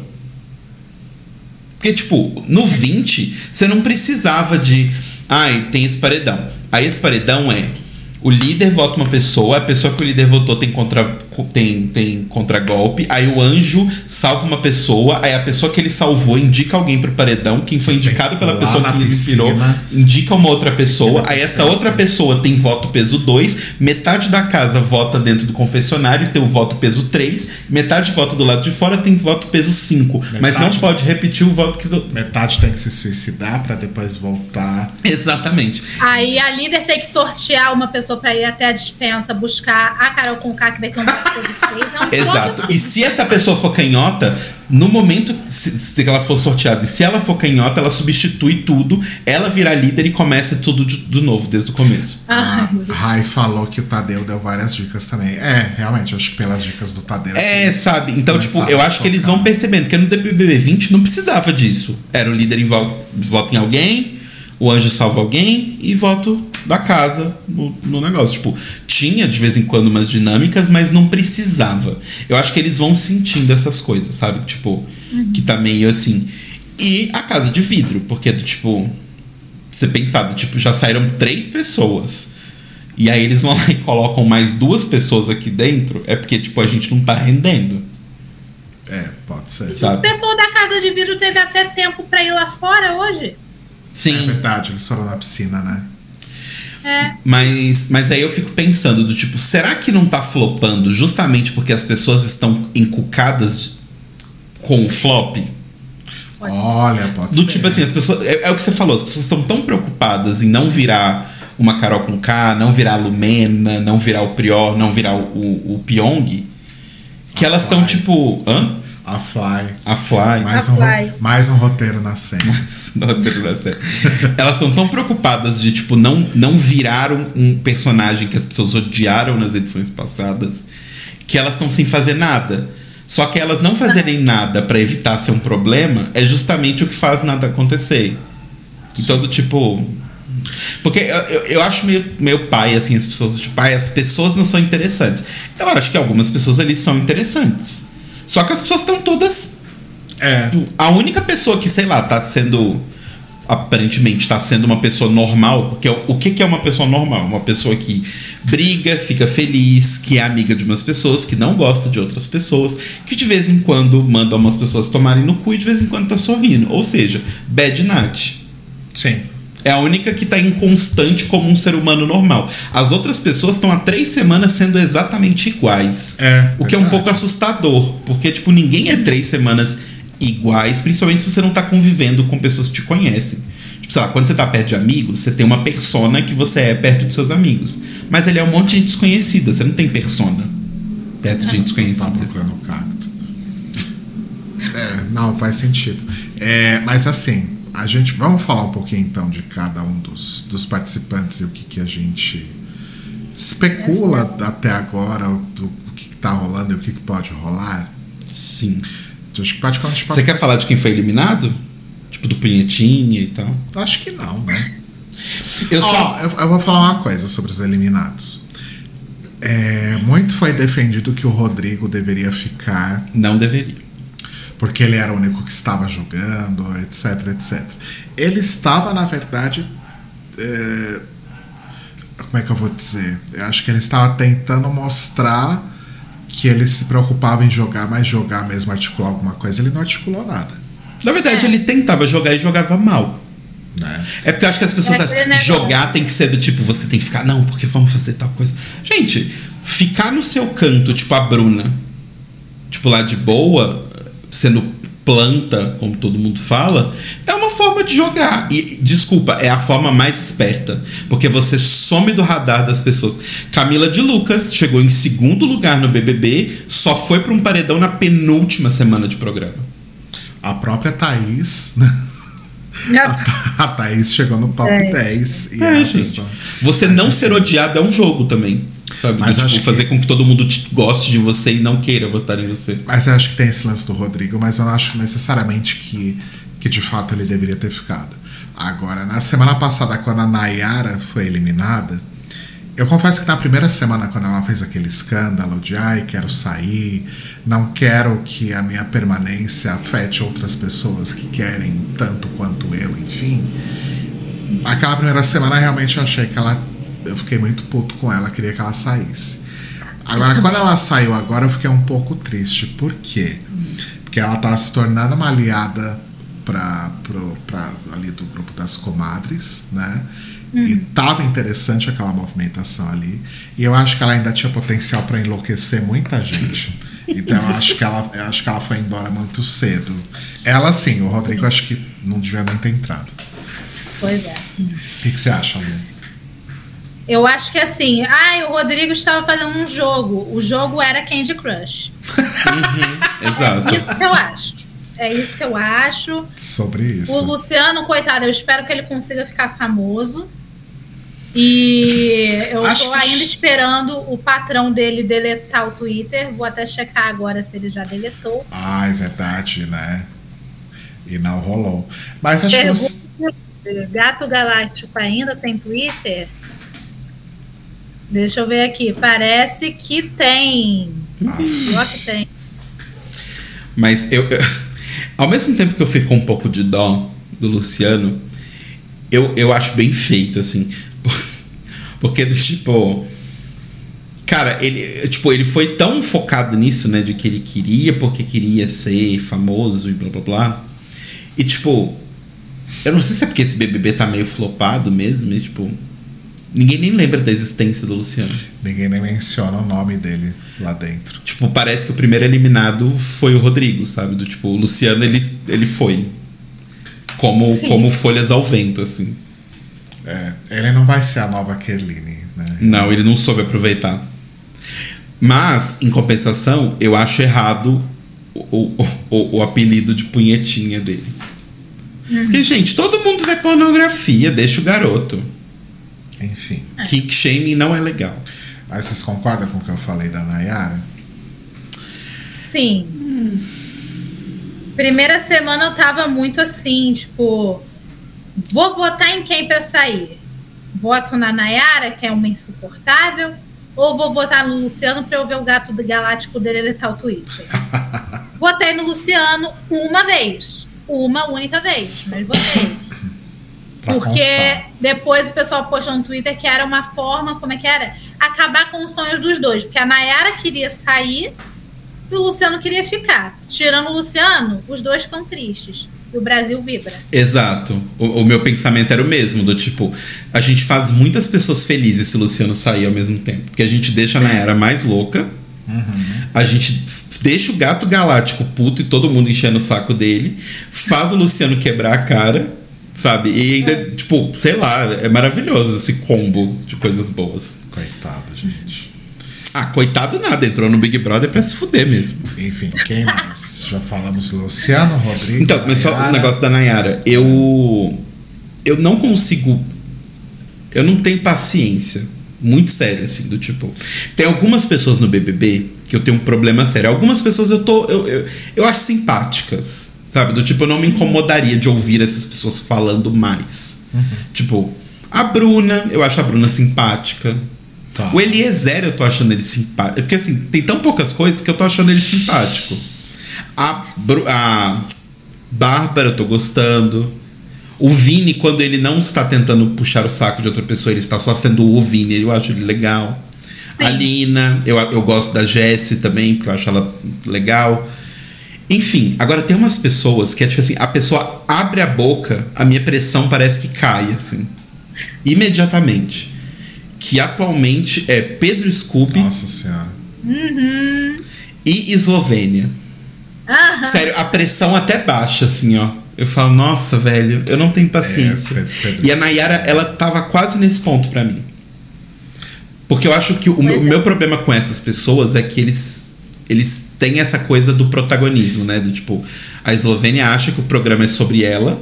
Porque, tipo, no vinte, você não precisava de... Ai, tem esse paredão. Aí esse paredão é... O líder vota uma pessoa, a pessoa que o líder votou tem contra, tem, tem contragolpe, aí o anjo salva uma pessoa, aí a pessoa que ele salvou indica alguém pro paredão, quem foi indicado pela Lá pessoa na que ele piscina. inspirou indica uma outra pessoa, Fica aí essa certo. outra pessoa tem voto peso dois, metade da casa vota dentro do confessionário tem o voto peso três, metade vota do lado de fora tem voto peso cinco, mas não Metade. pode repetir o voto que... Do... Metade tem que se suicidar pra depois voltar. Exatamente. Aí a líder tem que sortear uma pessoa pra ir até a dispensa buscar a Carol Conká, que vai ter um voto peso seis. É um Exato. troço E se essa pessoa for canhota, no momento se, se ela for sorteada, e se ela for canhota, ela substitui tudo, ela vira líder e começa tudo de, de novo, desde o começo. Ai, A meu Deus. Rai falou que o Tadeu deu várias dicas também. É, realmente, acho que pelas dicas do Tadeu. É, que sabe? Então, começaram tipo, eu a acho que eles focar. vão percebendo, porque no B B B vinte não precisava disso. Era o líder em vo- voto em alguém, o anjo salva alguém e voto da casa no, no negócio. Tipo, tinha de vez em quando umas dinâmicas, mas não precisava. Eu acho que eles vão sentindo essas coisas, sabe? Tipo, que tá meio assim. E a casa de vidro, porque, tipo, você pensava, tipo, já saíram três pessoas. E aí eles vão lá e colocam mais duas pessoas aqui dentro, é porque, tipo, a gente não tá rendendo. É, pode ser. Sabe? O pessoal da Casa de Vidro teve até tempo pra ir lá fora hoje. É Sim. verdade, eles foram na piscina, né? É. Mas, mas aí eu fico pensando do tipo, será que não tá flopando justamente porque as pessoas estão encucadas com o flop? Pode Olha, pode Do ser. tipo assim, as pessoas. É, é o que você falou, as pessoas estão tão preocupadas em não virar uma Carol com K, não virar a Lumena, não virar o Prior, não virar o, o, o Pyong, que A elas estão Fly. tipo. Hã? A Fly. A Fly. Mais A um, Fly. mais um roteiro na cena. Não, elas estão tão preocupadas de tipo não, não virar um, um personagem que as pessoas odiaram nas edições passadas, que elas estão sem fazer nada. Só que elas não fazerem nada pra evitar ser um problema é justamente o que faz nada acontecer. Então, do tipo. Porque eu, eu, eu acho meio, meio pai, assim, as pessoas, tipo, pai, as pessoas não são interessantes. Eu acho que algumas pessoas ali são interessantes. Só que as pessoas estão todas. É. A única pessoa que, sei lá, tá sendo. Aparentemente tá sendo uma pessoa normal. Porque o que, que é uma pessoa normal? Uma pessoa que briga, fica feliz, que é amiga de umas pessoas, que não gosta de outras pessoas, que de vez em quando manda umas pessoas tomarem no cu e de vez em quando tá sorrindo. Ou seja, bad night. Sim. É a única que tá inconstante como um ser humano normal. As outras pessoas estão há três semanas sendo exatamente iguais. É, O que é um verdade. pouco assustador. Porque, tipo, ninguém é três semanas iguais, principalmente se você não tá convivendo com pessoas que te conhecem. Tipo, sei lá, quando você tá perto de amigos, você tem uma persona que você é perto de seus amigos. Mas ele é um monte de gente desconhecida. Você não tem persona perto de gente Tá desconhecida. procurando o cacto. É, não, faz sentido. É, mas assim, a gente. Vamos falar um pouquinho então de cada um dos, dos participantes e o que, que a gente especula até agora, o, do, o que, que tá rolando e o que, que pode rolar. Sim. Então, acho que praticamente Você quer falar de quem foi eliminado? Tipo, do Punhetinha e tal? Acho que não, né? Eu Ó, só... eu, eu vou falar uma coisa sobre os eliminados. É, muito foi defendido que o Rodrigo deveria ficar. Não deveria. Porque ele era o único que estava jogando, etc, etcétera. Ele estava, na verdade... É, como é que eu vou dizer? Eu acho que ele estava tentando mostrar que ele se preocupava em jogar, mas jogar mesmo, articular alguma coisa, ele não articulou nada. Na verdade, é. ele tentava jogar e jogava mal. Né? É porque eu acho que as pessoas é acham, jogar tem que ser do tipo, você tem que ficar, não, porque vamos fazer tal coisa. Gente, ficar no seu canto, tipo a Bruna, tipo lá de boa, sendo planta, como todo mundo fala, é uma forma de jogar. E, desculpa, é a forma mais esperta, porque você some do radar das pessoas. Camila de Lucas chegou em segundo lugar no B B B, só foi para um paredão na penúltima semana de programa. A própria Thaís, né? A, a Thaís chegou no top é. dez. E é, gente. Pessoa... Você mas não ser odiado é um jogo também. Sabe? Mas tipo, acho fazer que... com que todo mundo te goste de você e não queira votar em você. Mas eu acho que tem esse lance do Rodrigo, mas eu não acho necessariamente que, que de fato ele deveria ter ficado. Agora, na semana passada, quando a Nayara foi eliminada, eu confesso que na primeira semana, quando ela fez aquele escândalo de ai, quero sair, não quero que a minha permanência afete outras pessoas que querem tanto quanto eu, enfim. Aquela primeira semana realmente eu achei que ela... Eu fiquei muito puto com ela, queria que ela saísse. Agora, quando ela saiu agora, eu fiquei um pouco triste. Por quê? Porque ela tá se tornando uma aliada pra, pro, pra, ali do grupo das comadres, né? Hum. E tava interessante aquela movimentação ali. E eu acho que ela ainda tinha potencial para enlouquecer muita gente. Então eu acho que ela, eu acho que ela foi embora muito cedo. Ela sim, o Rodrigo acho que não devia nem ter entrado. Pois é. O que, que você acha, Lu? Eu acho que assim, ah, o Rodrigo estava fazendo um jogo. O jogo era Candy Crush. Uhum, exato. É isso que eu acho. É isso que eu acho. Sobre isso. O Luciano, coitado, eu espero que ele consiga ficar famoso. E eu acho tô ainda que... esperando o patrão dele deletar o Twitter. Vou até checar agora se ele já deletou. Ah, é verdade, né? E não rolou. Mas acho Pergunta que... Gato Galáctico ainda tem Twitter? Deixa eu ver aqui. Parece que tem. Ah. Pior que tem. Mas eu, eu... Ao mesmo tempo que eu fico com um pouco de dó do Luciano, eu, eu acho bem feito, assim. Porque, tipo... Cara, ele, tipo, ele foi tão focado nisso, né? De que ele queria, porque queria ser famoso e blá, blá, blá. E, tipo... Eu não sei se é porque esse B B B tá meio flopado mesmo, mas, tipo... Ninguém nem lembra da existência do Luciano. Ninguém nem menciona o nome dele lá dentro. Tipo, parece que o primeiro eliminado foi o Rodrigo, sabe? Do tipo, o Luciano, ele, ele foi. Como, como folhas ao vento, assim. É, ele não vai ser a nova Kerline, né? Não, ele não soube aproveitar. Mas, em compensação, eu acho errado o, o, o, o apelido de punhetinha dele. Uhum. Porque, gente, todo mundo vê pornografia, deixa o garoto. Enfim. Kink shaming não é legal. Mas vocês concordam com o que eu falei da Nayara? Sim. Hum. Primeira semana eu tava muito assim, tipo... Vou votar em quem pra sair? Voto na Nayara, que é uma insuportável? Ou vou votar no Luciano pra eu ver o gato do galáctico dele deletar o Twitter? Votei no Luciano uma vez. Uma única vez, mas votei. Porque constar. Depois o pessoal postou no Twitter que era uma forma, como é que era? Acabar com os sonhos dos dois. Porque a Nayara queria sair e o Luciano queria ficar. Tirando o Luciano, os dois ficam tristes. E o Brasil vibra. Exato. O, o meu pensamento era o mesmo, do tipo, a gente faz muitas pessoas felizes se o Luciano sair ao mesmo tempo. Porque a gente deixa a Nayara mais louca, uhum. A gente deixa o gato galáctico puto e todo mundo enchendo o saco dele, faz o Luciano quebrar a cara, sabe? E ainda, é. tipo, sei lá, é maravilhoso esse combo de coisas boas. Coitado, gente. Ah, coitado nada, entrou no Big Brother pra se fuder mesmo. Enfim, quem mais? Já falamos Luciano, Rodrigo. Então, mas só o negócio da Nayara. Eu. Eu não consigo. Eu não tenho paciência. Muito sério, assim, do tipo. Tem algumas pessoas no B B B que eu tenho um problema sério. Algumas pessoas eu tô. Eu, eu, eu acho simpáticas. Sabe? Do tipo, eu não me incomodaria de ouvir essas pessoas falando mais. Uhum. Tipo, a Bruna, eu acho a Bruna simpática. Tá. O Eliezer, eu tô achando ele simpático. Porque assim, tem tão poucas coisas que eu tô achando ele simpático. A, Bru- a Bárbara, eu tô gostando. O Vini, quando ele não está tentando puxar o saco de outra pessoa, ele está só sendo o Vini, eu acho ele legal. Sim. A Lina, eu, eu gosto da Jessie também, porque eu acho ela legal. Enfim, agora tem umas pessoas que é tipo assim, a pessoa abre a boca, a minha pressão parece que cai, assim. Imediatamente. Que atualmente é Pedro Scooby. Nossa Senhora. Uhum. E Eslovênia. Aham. Sério, a pressão até baixa, assim, ó. Eu falo, nossa, velho, eu não tenho paciência. É, Pedro, Pedro e a Nayara, ela tava quase nesse ponto pra mim. Porque eu acho que o, o meu problema com essas pessoas é que eles, eles têm essa coisa do protagonismo, né? Do tipo, a Eslovênia acha que o programa é sobre ela.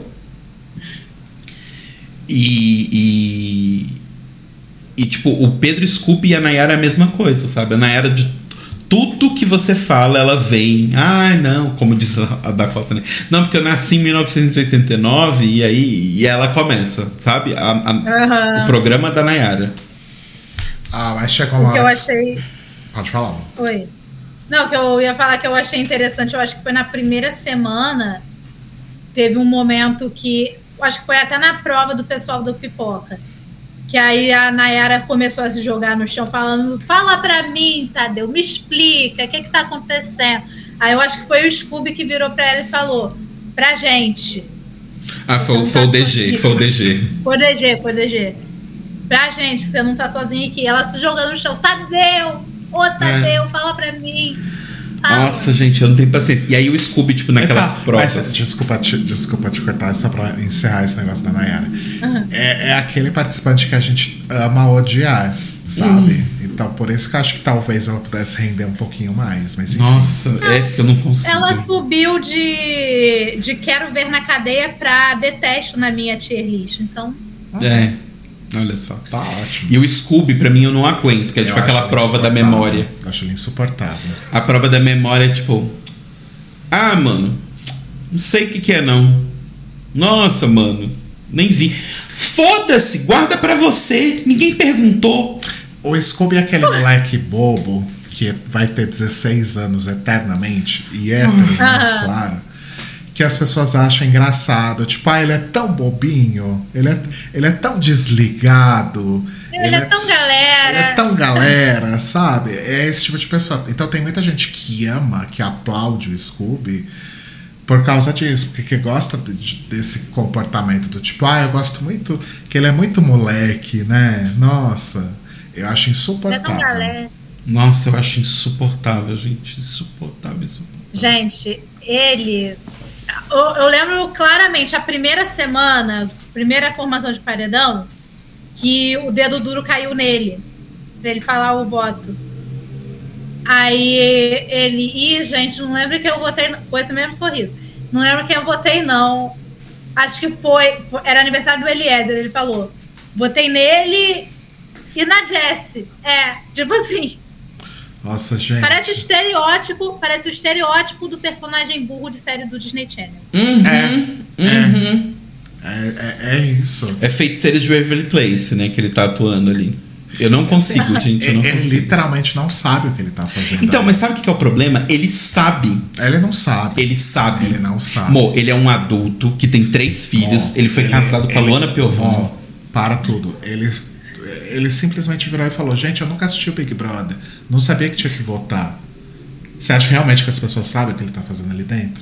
E... E, e tipo, o Pedro Scooby e a Nayara é a mesma coisa, sabe? A Nayara de... Tudo que você fala, ela vem. Ai, ah, não, como diz a Dakota, né? Não, porque eu nasci em mil novecentos e oitenta e nove e aí e ela começa, sabe? A, a, uhum. O programa da Nayara. Ah, mas chegou uma hora. O que eu achei. Pode falar. Oi. Não, que eu ia falar que eu achei interessante, eu acho que foi na primeira semana. Teve um momento que. Acho que foi até na prova do pessoal do Pipoca. Que aí a Nayara começou a se jogar no chão falando, fala pra mim, Tadeu, me explica, o que que tá acontecendo? Aí eu acho que foi o Scooby que virou pra ela e falou, pra gente. Ah, foi, foi tá o D G, foi o D G. Foi o D G, foi o D G. Pra gente, você não tá sozinha aqui. Ela se jogando no chão, Tadeu, ô Tadeu, é. fala pra mim. Ah, Nossa, gente, eu não tenho paciência. E aí o Scooby, tipo, naquelas tá, provas. Mas, desculpa, te, desculpa te cortar, só pra encerrar esse negócio da Nayara. Uhum. É, é aquele participante que a gente ama odiar, sabe? Uhum. Então, por isso que eu acho que talvez ela pudesse render um pouquinho mais. Mas, enfim. Nossa, é que eu não consigo. Ela subiu de, de quero ver na cadeia pra detesto na minha tier list. Então. É. Olha só. Tá ótimo. E o Scooby, pra mim, eu não aguento, que é eu tipo aquela prova da memória. Eu acho ele insuportável. A prova da memória é tipo... Ah, mano, não sei o que que é, não. Nossa, mano, nem vi. Foda-se, guarda pra você. Ninguém perguntou. O Scooby é aquele moleque bobo que vai ter dezesseis anos eternamente. E hétero, né? Claro. Que as pessoas acham engraçado. Tipo, ah, ele é tão bobinho. Ele é, ele é tão desligado. Ele, ele é tão galera. Ele é tão galera, sabe? É esse tipo de pessoa. Então tem muita gente que ama, que aplaude o Scooby por causa disso. Porque que gosta de, desse comportamento do tipo, ah, eu gosto muito... Que ele é muito moleque, né? Nossa, eu acho insuportável. Ele é tão galera. Nossa, eu acho insuportável, gente. Insuportável, insuportável. Gente, ele... Eu, eu lembro claramente a primeira semana, primeira formação de paredão, que o dedo duro caiu nele, pra ele falar o voto. Aí ele, ih, gente, não lembro quem eu votei, com esse mesmo sorriso. Não lembro quem eu votei, não. Acho que foi, era aniversário do Eliezer, ele falou. Votei nele e na Jessie. É, tipo assim. Nossa, gente. Parece o estereótipo, parece o estereótipo do personagem burro de série do Disney Channel. Uhum, é, uhum. É, é, é isso. É Feiticeiros de Waverly Place, né? Que ele tá atuando ali. Eu não consigo, gente. Eu não ele consigo. literalmente não sabe o que ele tá fazendo. Então, aí. Mas sabe o que é o problema? Ele sabe. Ele não sabe. Ele sabe. Ele não sabe. Mo, ele é um adulto que tem três filhos. Mo, ele foi ele, casado com ele, a Luana Piovani. Mo, para tudo. Ele... Ele simplesmente virou e falou, gente, eu nunca assisti o Big Brother, não sabia que tinha que votar. Você acha realmente que as pessoas sabem o que ele tá fazendo ali dentro?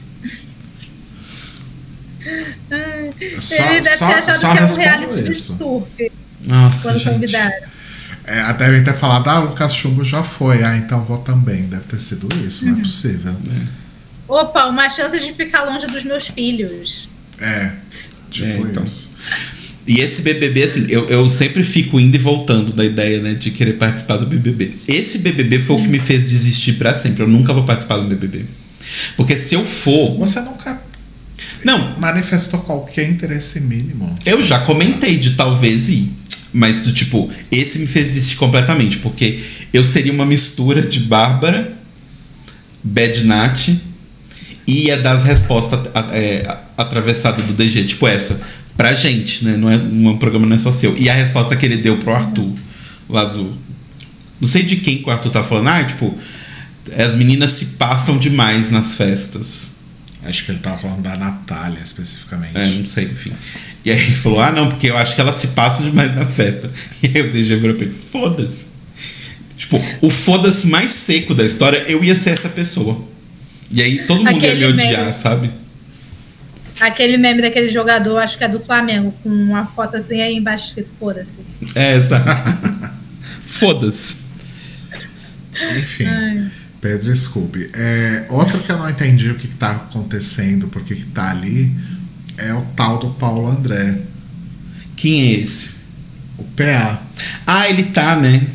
Só, ele deve só, ter achado só que é um reality de surf. Nossa, quando gente. Convidaram. É, devem ter falado, ah, o Lucas Chumbo já foi, ah, então vou também. Deve ter sido isso, uhum. Não é possível. É. Opa, uma chance de ficar longe dos meus filhos. É, tipo é, então. isso. E esse B B B, assim, eu, eu sempre fico indo e voltando da ideia, né, de querer participar do B B B. Esse B B B foi o que me fez desistir pra sempre. Eu nunca vou participar do B B B. Porque se eu for... Você nunca não manifestou qualquer interesse mínimo. Eu já comentei de talvez ir. Mas, do tipo, esse me fez desistir completamente. Porque eu seria uma mistura de Bárbara, Bad Nat e ia dar as respostas é, atravessadas do D G. Tipo essa... Pra gente, né? Não é, um programa não é só seu. E a resposta que ele deu pro Arthur, lá do Não sei de quem que o Arthur tá falando. Ah, tipo, as meninas se passam demais nas festas. Acho que ele tava falando da Natália, especificamente. É, não sei, enfim. E aí ele falou, ah, não, porque eu acho que elas se passam demais na festa. E aí eu deixei pra ele, foda-se. Tipo, o foda-se mais seco da história, eu ia ser essa pessoa. E aí todo mundo Aquele ia me odiar, meme. sabe? Aquele meme daquele jogador, acho que é do Flamengo, com uma foto assim aí embaixo escrito foda-se. É, exato. Foda-se. Enfim, Ai. Pedro Scooby. É, outro que eu não entendi o que, que tá acontecendo, por que que tá ali, é o tal do Paulo André, Quem é esse? o P A. Ah, ele tá, né?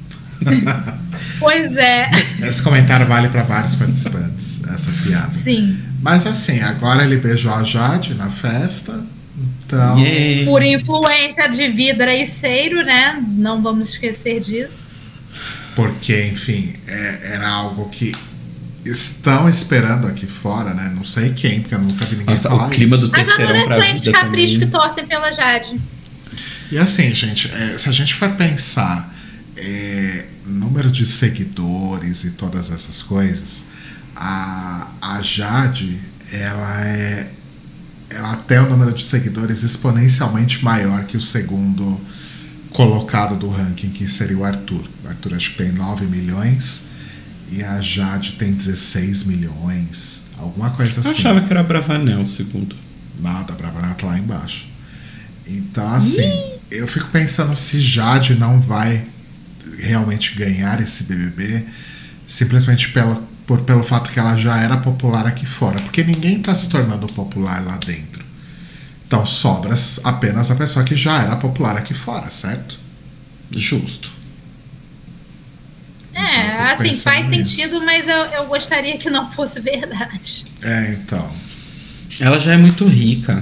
Pois é, Esse comentário vale para vários participantes, essa piada. sim. Mas assim, agora ele beijou a Jade na festa, então... Yeah. Por influência de Vidra e Ceiro, né? Não vamos esquecer disso. Porque, enfim, é- era algo que estão esperando aqui fora, né? Não sei quem, porque eu nunca vi ninguém Nossa, falar o clima isso. do As terceirão pra adolescentes vida capricho também. que torcem pela Jade. E assim, gente, é, se a gente for pensar é, número de seguidores e todas essas coisas, a, a Jade, ela é... ela tem o número de seguidores exponencialmente maior que o segundo colocado do ranking, que seria o Arthur. O Arthur acho que tem nove milhões e a Jade tem dezesseis milhões. Alguma coisa Eu assim. achava que era Bravanel, segundo. Nada, pra Bravanel tá lá embaixo. Então, assim, eu fico pensando se Jade não vai realmente ganhar esse B B B simplesmente pela, por, pelo fato que ela já era popular aqui fora. Porque ninguém tá se tornando popular lá dentro. Então sobra apenas a pessoa que já era popular aqui fora, certo? Justo. Então, eu É, fico assim, pensando faz nisso. sentido, mas eu, eu gostaria que não fosse verdade. É, então. Ela já é muito rica.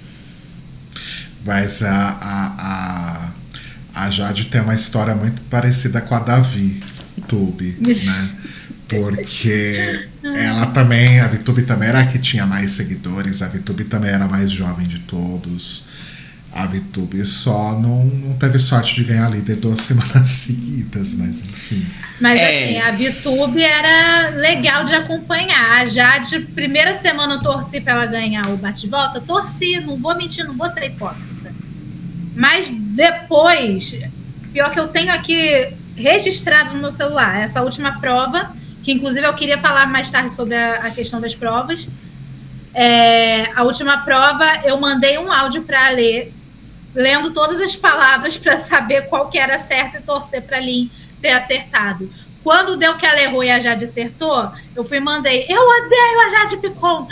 Mas a, a, a, a Jade tem uma história muito parecida com a Davi Tube, né? Porque ela também, a VTube também era a que tinha mais seguidores, a VTube também era a mais jovem de todos. A VTube só não, não teve sorte de ganhar líder duas semanas seguidas, mas enfim. Mas É. assim, a VTube era legal de acompanhar. A Jade, primeira semana eu torci pra ela ganhar o bate-volta. Torci, não vou mentir, não vou ser hipócrita. Mas depois, pior que eu tenho aqui registrado no meu celular, essa última prova, que inclusive eu queria falar mais tarde sobre a, a questão das provas. É, a última prova, eu mandei um áudio para ler, lendo todas as palavras para saber qual que era certa e torcer para a Lin ter acertado. Quando deu que ela errou e a Jade acertou, eu fui e mandei, eu odeio a Jade Picon.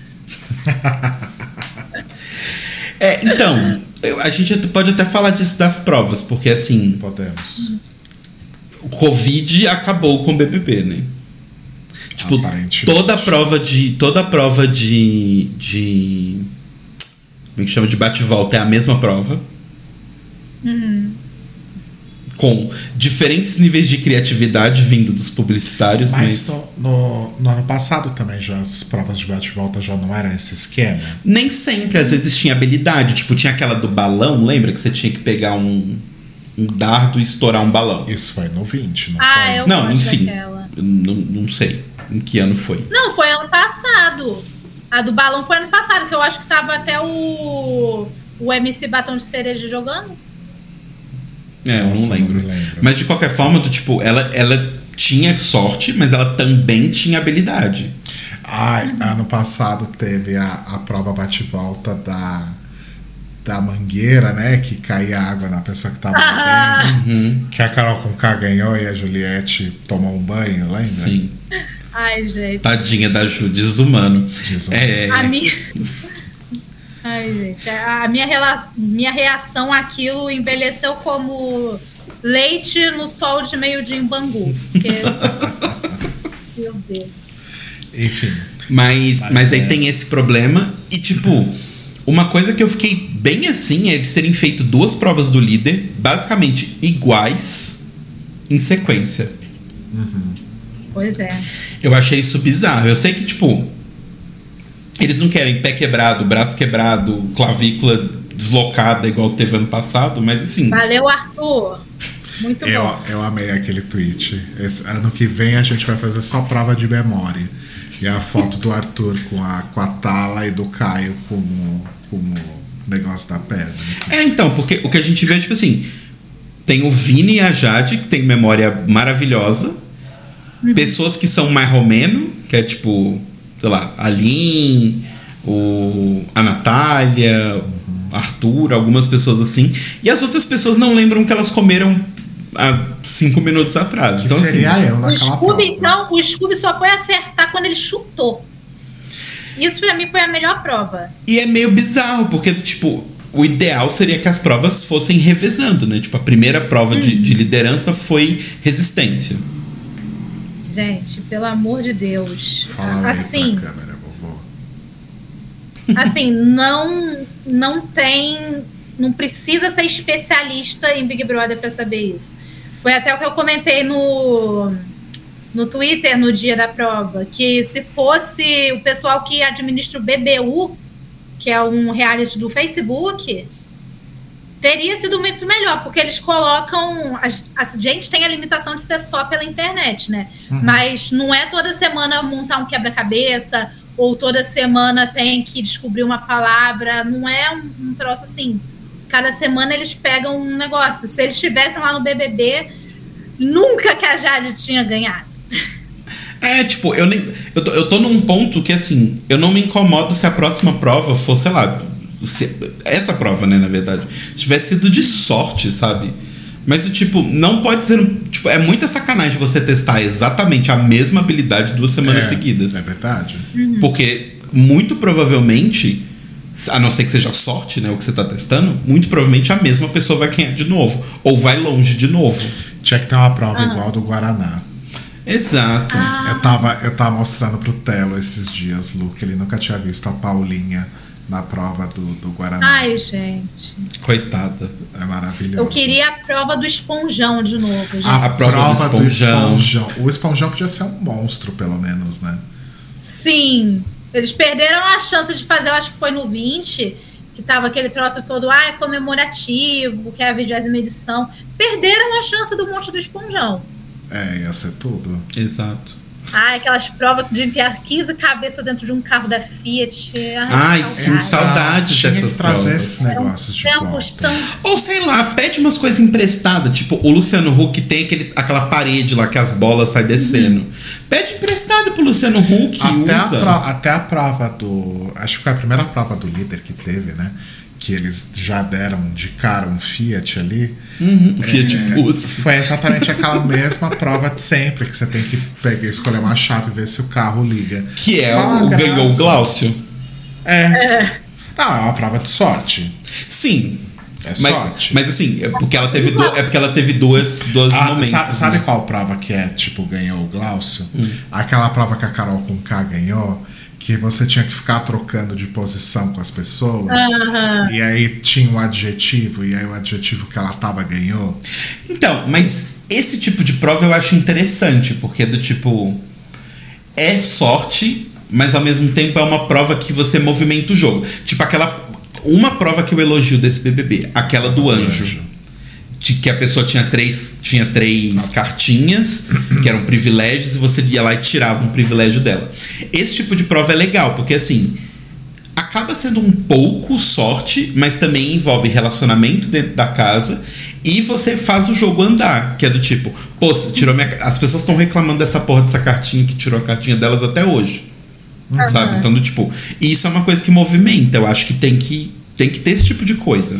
É, então, eu- a gente até- pode até falar disso das provas, porque assim, Podemos. o Covid acabou com o B B B, né? Tipo, Aparentemente. toda prova de. Toda prova de. de como é que chama? De bate-volta é a mesma prova. Com diferentes níveis de criatividade vindo dos publicitários, Mas mas. no, no, no ano passado também já as provas de bate-volta já não era esse esquema. Nem sempre, às vezes tinha habilidade. Tipo, tinha aquela do balão, lembra? Que você tinha que pegar um, um dardo e estourar um balão. Isso foi no vinte, não Ah, foi? eu Não, gosto enfim. daquela. Eu Não, não sei em que ano foi. Não, foi ano passado. A do balão foi ano passado, que eu acho que tava até o, o M C Batom de Cereja jogando. É, eu Nossa, não lembro. não me lembro. Mas de qualquer forma, do, tipo, ela, ela tinha sorte, mas ela também tinha habilidade. Ai, ano passado teve a, a prova bate-volta da, da mangueira, né? Que caía água na pessoa que tava Ah. bebendo. Uhum. Que a Carol com K ganhou e a Juliette tomou um banho, lembra? Sim. Ai, gente. Tadinha da Ju, desumano. Desumano. É, A minha. Ai, gente. A a minha, rela... minha reação àquilo envelheceu como leite no sol de meio-dia em Bangu. Porque... Meu Deus. Enfim. mas, Mas mas aí é. tem esse problema. E, tipo, uma coisa que eu fiquei bem assim é eles terem feito duas provas do líder, basicamente iguais, em sequência. Pois é. Eu achei isso bizarro. Eu sei que, tipo, eles não querem pé quebrado, braço quebrado, clavícula deslocada, igual teve ano passado, mas assim. Valeu, Arthur. Muito eu, bom. Eu amei aquele tweet. Esse, ano que vem a gente vai fazer só prova de memória. E a foto do Arthur com a, com a Tala e do Caio com o, com o negócio da pedra. É, então, porque o que a gente vê é tipo assim: tem o Vini e a Jade, que tem memória maravilhosa. Uhum. Pessoas que são mais romeno, que é tipo, sei lá, a Lin, o, a Natália, uhum. Arthur, algumas pessoas assim. E as outras pessoas não lembram que elas comeram há cinco minutos atrás. Que então, seria assim, eu naquela o Scooby, prova. então, o Scooby só foi acertar quando ele chutou. Isso pra mim foi a melhor prova. E é meio bizarro, porque, tipo, o ideal seria que as provas fossem revezando, né? Tipo, a primeira prova hum. de, de liderança foi resistência. Gente, pelo amor de Deus. Fala assim, aí pra câmera, vovô. Assim, não, não tem... Não precisa ser especialista em Big Brother pra saber isso. Foi até o que eu comentei no, no Twitter no dia da prova, que se fosse o pessoal que administra o B B U, que é um reality do Facebook, teria sido muito melhor, porque eles colocam... A, a gente tem a limitação de ser só pela internet, né? Uhum. Mas não é toda semana montar um quebra-cabeça, ou toda semana tem que descobrir uma palavra. Não é um, um troço assim... Cada semana eles pegam um negócio. Se eles estivessem lá no B B B, nunca que a Jade tinha ganhado. É, tipo, eu, nem, eu, tô, eu tô num ponto que, assim, eu não me incomodo se a próxima prova for, sei lá, se, essa prova, né, na verdade, tivesse sido de sorte, sabe? Mas, tipo, não pode ser... Tipo, é muita sacanagem você testar exatamente a mesma habilidade duas semanas é, seguidas. É verdade. Uhum. Porque, muito provavelmente... A não ser que seja sorte, né, o que você tá testando, muito provavelmente a mesma pessoa vai ganhar de novo. Ou vai longe de novo. Tinha que ter uma prova ah. igual do Guaraná. Exato. Ah. Eu, tava, eu tava mostrando pro Telo esses dias, Lu, que ele nunca tinha visto a Paulinha na prova do, do Guaraná. Ai, gente. Coitada. É maravilhoso. Eu queria a prova do esponjão de novo, gente. A, a prova, prova do, esponjão. do esponjão. O esponjão podia ser um monstro, pelo menos, né? Sim. Eles perderam a chance de fazer, eu acho que foi no vinte, que tava aquele troço todo, ah, é comemorativo, que é a vigésima edição. Perderam a chance do monte do esponjão. É, ia ser tudo. Exato. Ah, aquelas provas de enfiar quinze cabeças dentro de um carro da Fiat. Ai, Ai sim, saudade Tinha dessas que trazer provas. esses negócios de volta. Tão... Ou sei lá, pede umas coisas emprestadas. Tipo, o Luciano Huck tem aquele, aquela parede lá que as bolas saem descendo. Uhum. Pede emprestado pro Luciano Huck. Até usa. A pro, até a prova do... Acho que foi a primeira prova do líder que teve, né? Que eles já deram de cara um Fiat ali. Uhum, Fiat é, Bus. Foi exatamente aquela mesma prova de sempre, que você tem que pegar, escolher uma chave e ver se o carro liga. Que é ah, o ganhou o Glaucio. É. é. Não, é uma prova de sorte. Sim. É mas, sorte. Mas assim, é porque ela teve, do, é porque ela teve duas, duas ah, momentos. Sabe, sabe né? qual prova que é, tipo, ganhou o Glaucio? Hum. Aquela prova que a Carol com K ganhou, que você tinha que ficar trocando de posição com as pessoas. Uhum. E aí tinha um adjetivo, e aí o adjetivo que ela tava ganhou. Então, mas esse tipo de prova eu acho interessante, porque é do tipo... É sorte, mas ao mesmo tempo é uma prova que você movimenta o jogo. Tipo aquela... Uma prova que eu elogio desse B B B, aquela do anjo. anjo. De que a pessoa tinha três, tinha três cartinhas, que eram privilégios, e você ia lá e tirava um privilégio dela. Esse tipo de prova é legal, porque assim, acaba sendo um pouco sorte, mas também envolve relacionamento dentro da casa, e você faz o jogo andar, que é do tipo, pô, você tirou minha... As pessoas estão reclamando dessa porra dessa cartinha, que tirou a cartinha delas até hoje. Uhum. Sabe? Então, do tipo, isso é uma coisa que movimenta. Eu acho que tem que, tem que ter esse tipo de coisa.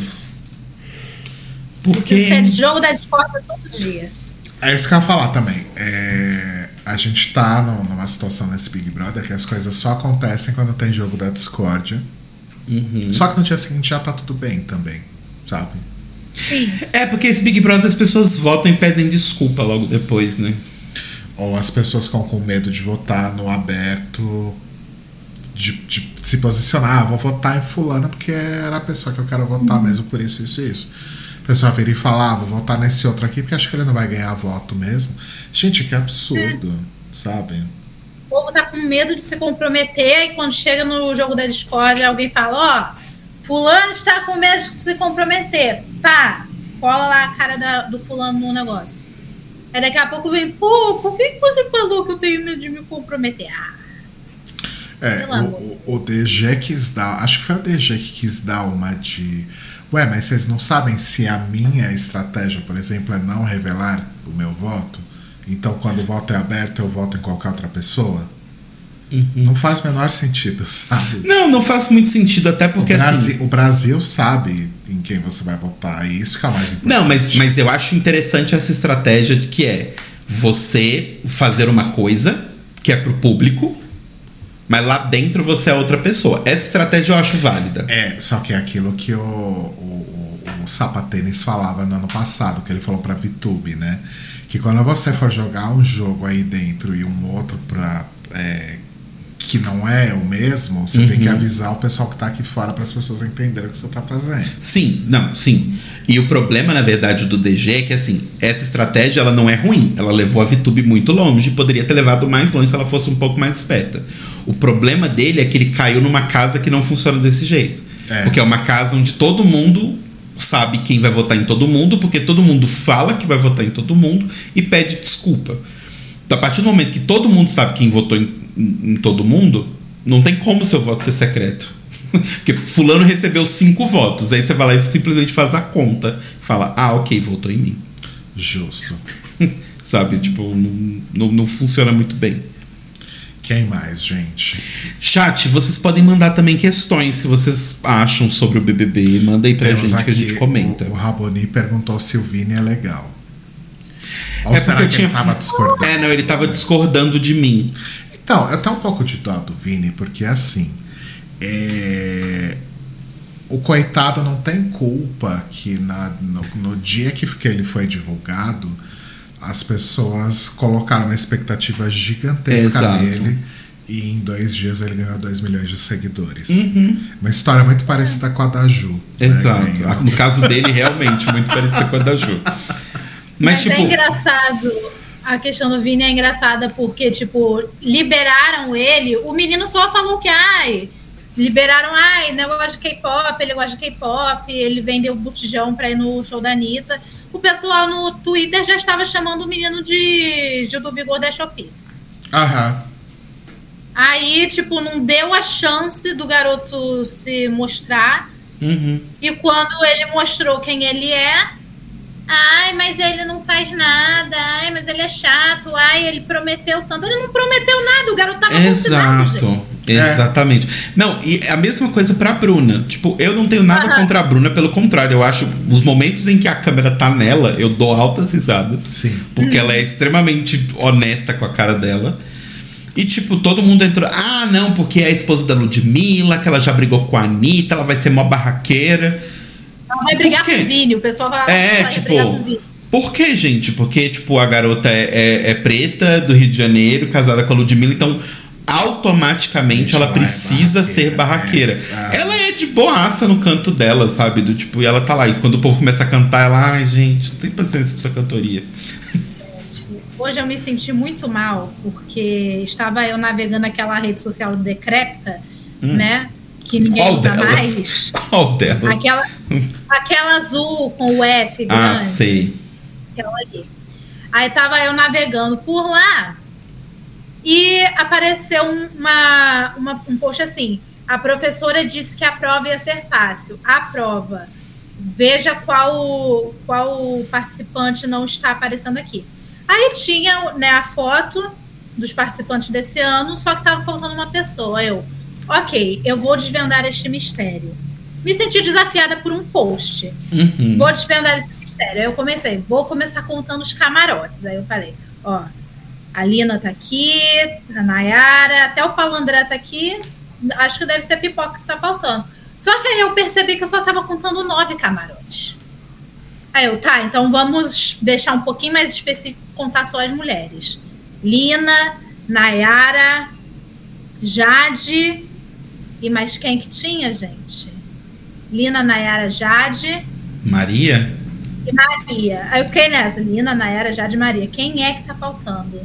Porque... Você tem jogo da Discord todo dia. É isso que eu ia falar também. É, a gente tá no, numa situação nesse Big Brother que as coisas só acontecem quando tem jogo da Discord. Uhum. Só que no dia seguinte já tá tudo bem também, sabe? Sim. É, porque esse Big Brother as pessoas votam e pedem desculpa logo depois, né? Ou as pessoas ficam com medo de votar no aberto, de, de se posicionar. Ah, vou votar em fulana porque era a pessoa que eu quero votar, uhum. mesmo por isso, isso e isso. A pessoa vira e fala, ah, vou votar nesse outro aqui porque acho que ele não vai ganhar voto mesmo. Gente, que absurdo, é. sabe? O povo tá com medo de se comprometer e quando chega no jogo da Discord alguém fala, ó, oh, fulano está com medo de se comprometer. Pá, cola lá a cara da, do fulano no negócio. Aí daqui a pouco vem, pô, por que, que você falou que eu tenho medo de me comprometer? Ah, é, o, o, o D G quis dar, acho que foi o D G que quis dar uma de... Ué, mas vocês não sabem se a minha estratégia, por exemplo, é não revelar o meu voto? Então, quando o voto é aberto, eu voto em qualquer outra pessoa? Uhum. Não faz o menor sentido, sabe? Não, não faz muito sentido, até porque o Brasil, assim... O Brasil sabe em quem você vai votar, e isso que é o mais importante. Não, mas, mas eu acho interessante essa estratégia que é você fazer uma coisa que é pro público, mas lá dentro você é outra pessoa. Essa estratégia eu acho válida. É, só que é aquilo que o, o, o, o Sapatênis falava no ano passado, que ele falou pra VTube, né? Que quando você for jogar um jogo aí dentro e um outro pra... É, que não é o mesmo, você uhum. tem que avisar o pessoal que tá aqui fora para as pessoas entenderem o que você tá fazendo. Sim, não, sim. E o problema, na verdade, do D G é que, assim, essa estratégia, ela não é ruim. Ela levou a VTube muito longe, poderia ter levado mais longe se ela fosse um pouco mais esperta. O problema dele é que ele caiu numa casa que não funciona desse jeito. É. Porque é uma casa onde todo mundo sabe quem vai votar em todo mundo, porque todo mundo fala que vai votar em todo mundo e pede desculpa. Então, a partir do momento que todo mundo sabe quem votou em em todo mundo, não tem como seu voto ser secreto. Porque fulano recebeu cinco votos, aí você vai lá e simplesmente faz a conta, fala, ah, ok, votou em mim. Justo. Sabe, tipo, não, não, não funciona muito bem. Quem mais, gente? Chat, vocês podem mandar também questões que vocês acham sobre o B B B. Manda aí pra Temos gente que a gente comenta. O, o Raboni perguntou se o Vini é legal. Ou é será porque eu que tinha... ele tava discordando? É, não, ele tava discordando de mim. Então, eu tenho um pouco de dó do Vini, porque assim, é... o coitado não tem culpa que na, no, no dia que, que ele foi divulgado, as pessoas colocaram uma expectativa gigantesca Exato. nele e em dois dias ele ganhou dois milhões de seguidores. Uhum. Uma história muito parecida com a da Ju. Exato. Né? No caso dele, realmente, muito parecida com a da Ju. Mas, Mas tipo... é engraçado... A questão do Vini é engraçada porque, tipo, liberaram ele. O menino só falou que, ai, liberaram, ai, negócio de K-pop, ele gosta de K-pop, ele vendeu botijão pra ir no show da Anitta. O pessoal no Twitter já estava chamando o menino de Gil do Vigor da Shopee. Aham. Aí, tipo, não deu a chance do garoto se mostrar. Uhum. E quando ele mostrou quem ele é, ai, mas ele não faz nada. Ai, mas ele é chato. Ai, ele prometeu tanto. Ele não prometeu nada. O garoto tava Exato. Exatamente. É. Não, e a mesma coisa pra Bruna. Tipo, eu não tenho nada uhum. contra a Bruna. Pelo contrário, eu acho os momentos em que a câmera tá nela, eu dou altas risadas. Sim. Porque uhum. ela é extremamente honesta com a cara dela. E, tipo, todo mundo entrou... Ah, não, porque é a esposa da Ludmilla, que ela já brigou com a Anitta, ela vai ser mó barraqueira... Ela vai brigar com o Vini, o pessoal vai, é, vai tipo, brigar com o Vini. Por que, gente? Porque, tipo, a garota é, é, é preta, do Rio de Janeiro, casada com a Ludmilla, então automaticamente gente, ela precisa ser barraqueira. É, é. Ela é de boaça no canto dela, sabe? Do tipo, e ela tá lá, e quando o povo começa a cantar, ela, ai, gente, não tem paciência pra essa cantoria. Gente, hoje eu me senti muito mal, porque estava eu navegando aquela rede social decrépita, hum. né? Que ninguém Qual usa delas? mais. Qual dela? Aquela, aquela azul com o F grande. Ah, sei. Aquela ali. Aí tava eu navegando por lá e apareceu uma, uma, um post assim. A professora disse que a prova ia ser fácil. A prova. Veja qual, qual participante não está aparecendo aqui. Aí tinha, né, a foto dos participantes desse ano, só que tava faltando uma pessoa. Eu... Ok, eu vou desvendar este mistério. Me senti desafiada por um post. Uhum. Vou desvendar esse mistério. Aí eu comecei, vou começar contando os camarotes. Aí eu falei, ó, a Lina tá aqui, a Nayara, até o Paulo André tá aqui. Acho que deve ser a pipoca que tá faltando. Só que aí eu percebi que eu só tava contando nove camarotes. Aí eu, tá, então vamos deixar um pouquinho mais específico, contar só as mulheres. Lina, Nayara, Jade... E mais quem que tinha, gente? Lina, Nayara, Jade. Maria? E Maria. Aí eu fiquei nessa. Lina, Nayara, Jade e Maria. Quem é que tá faltando?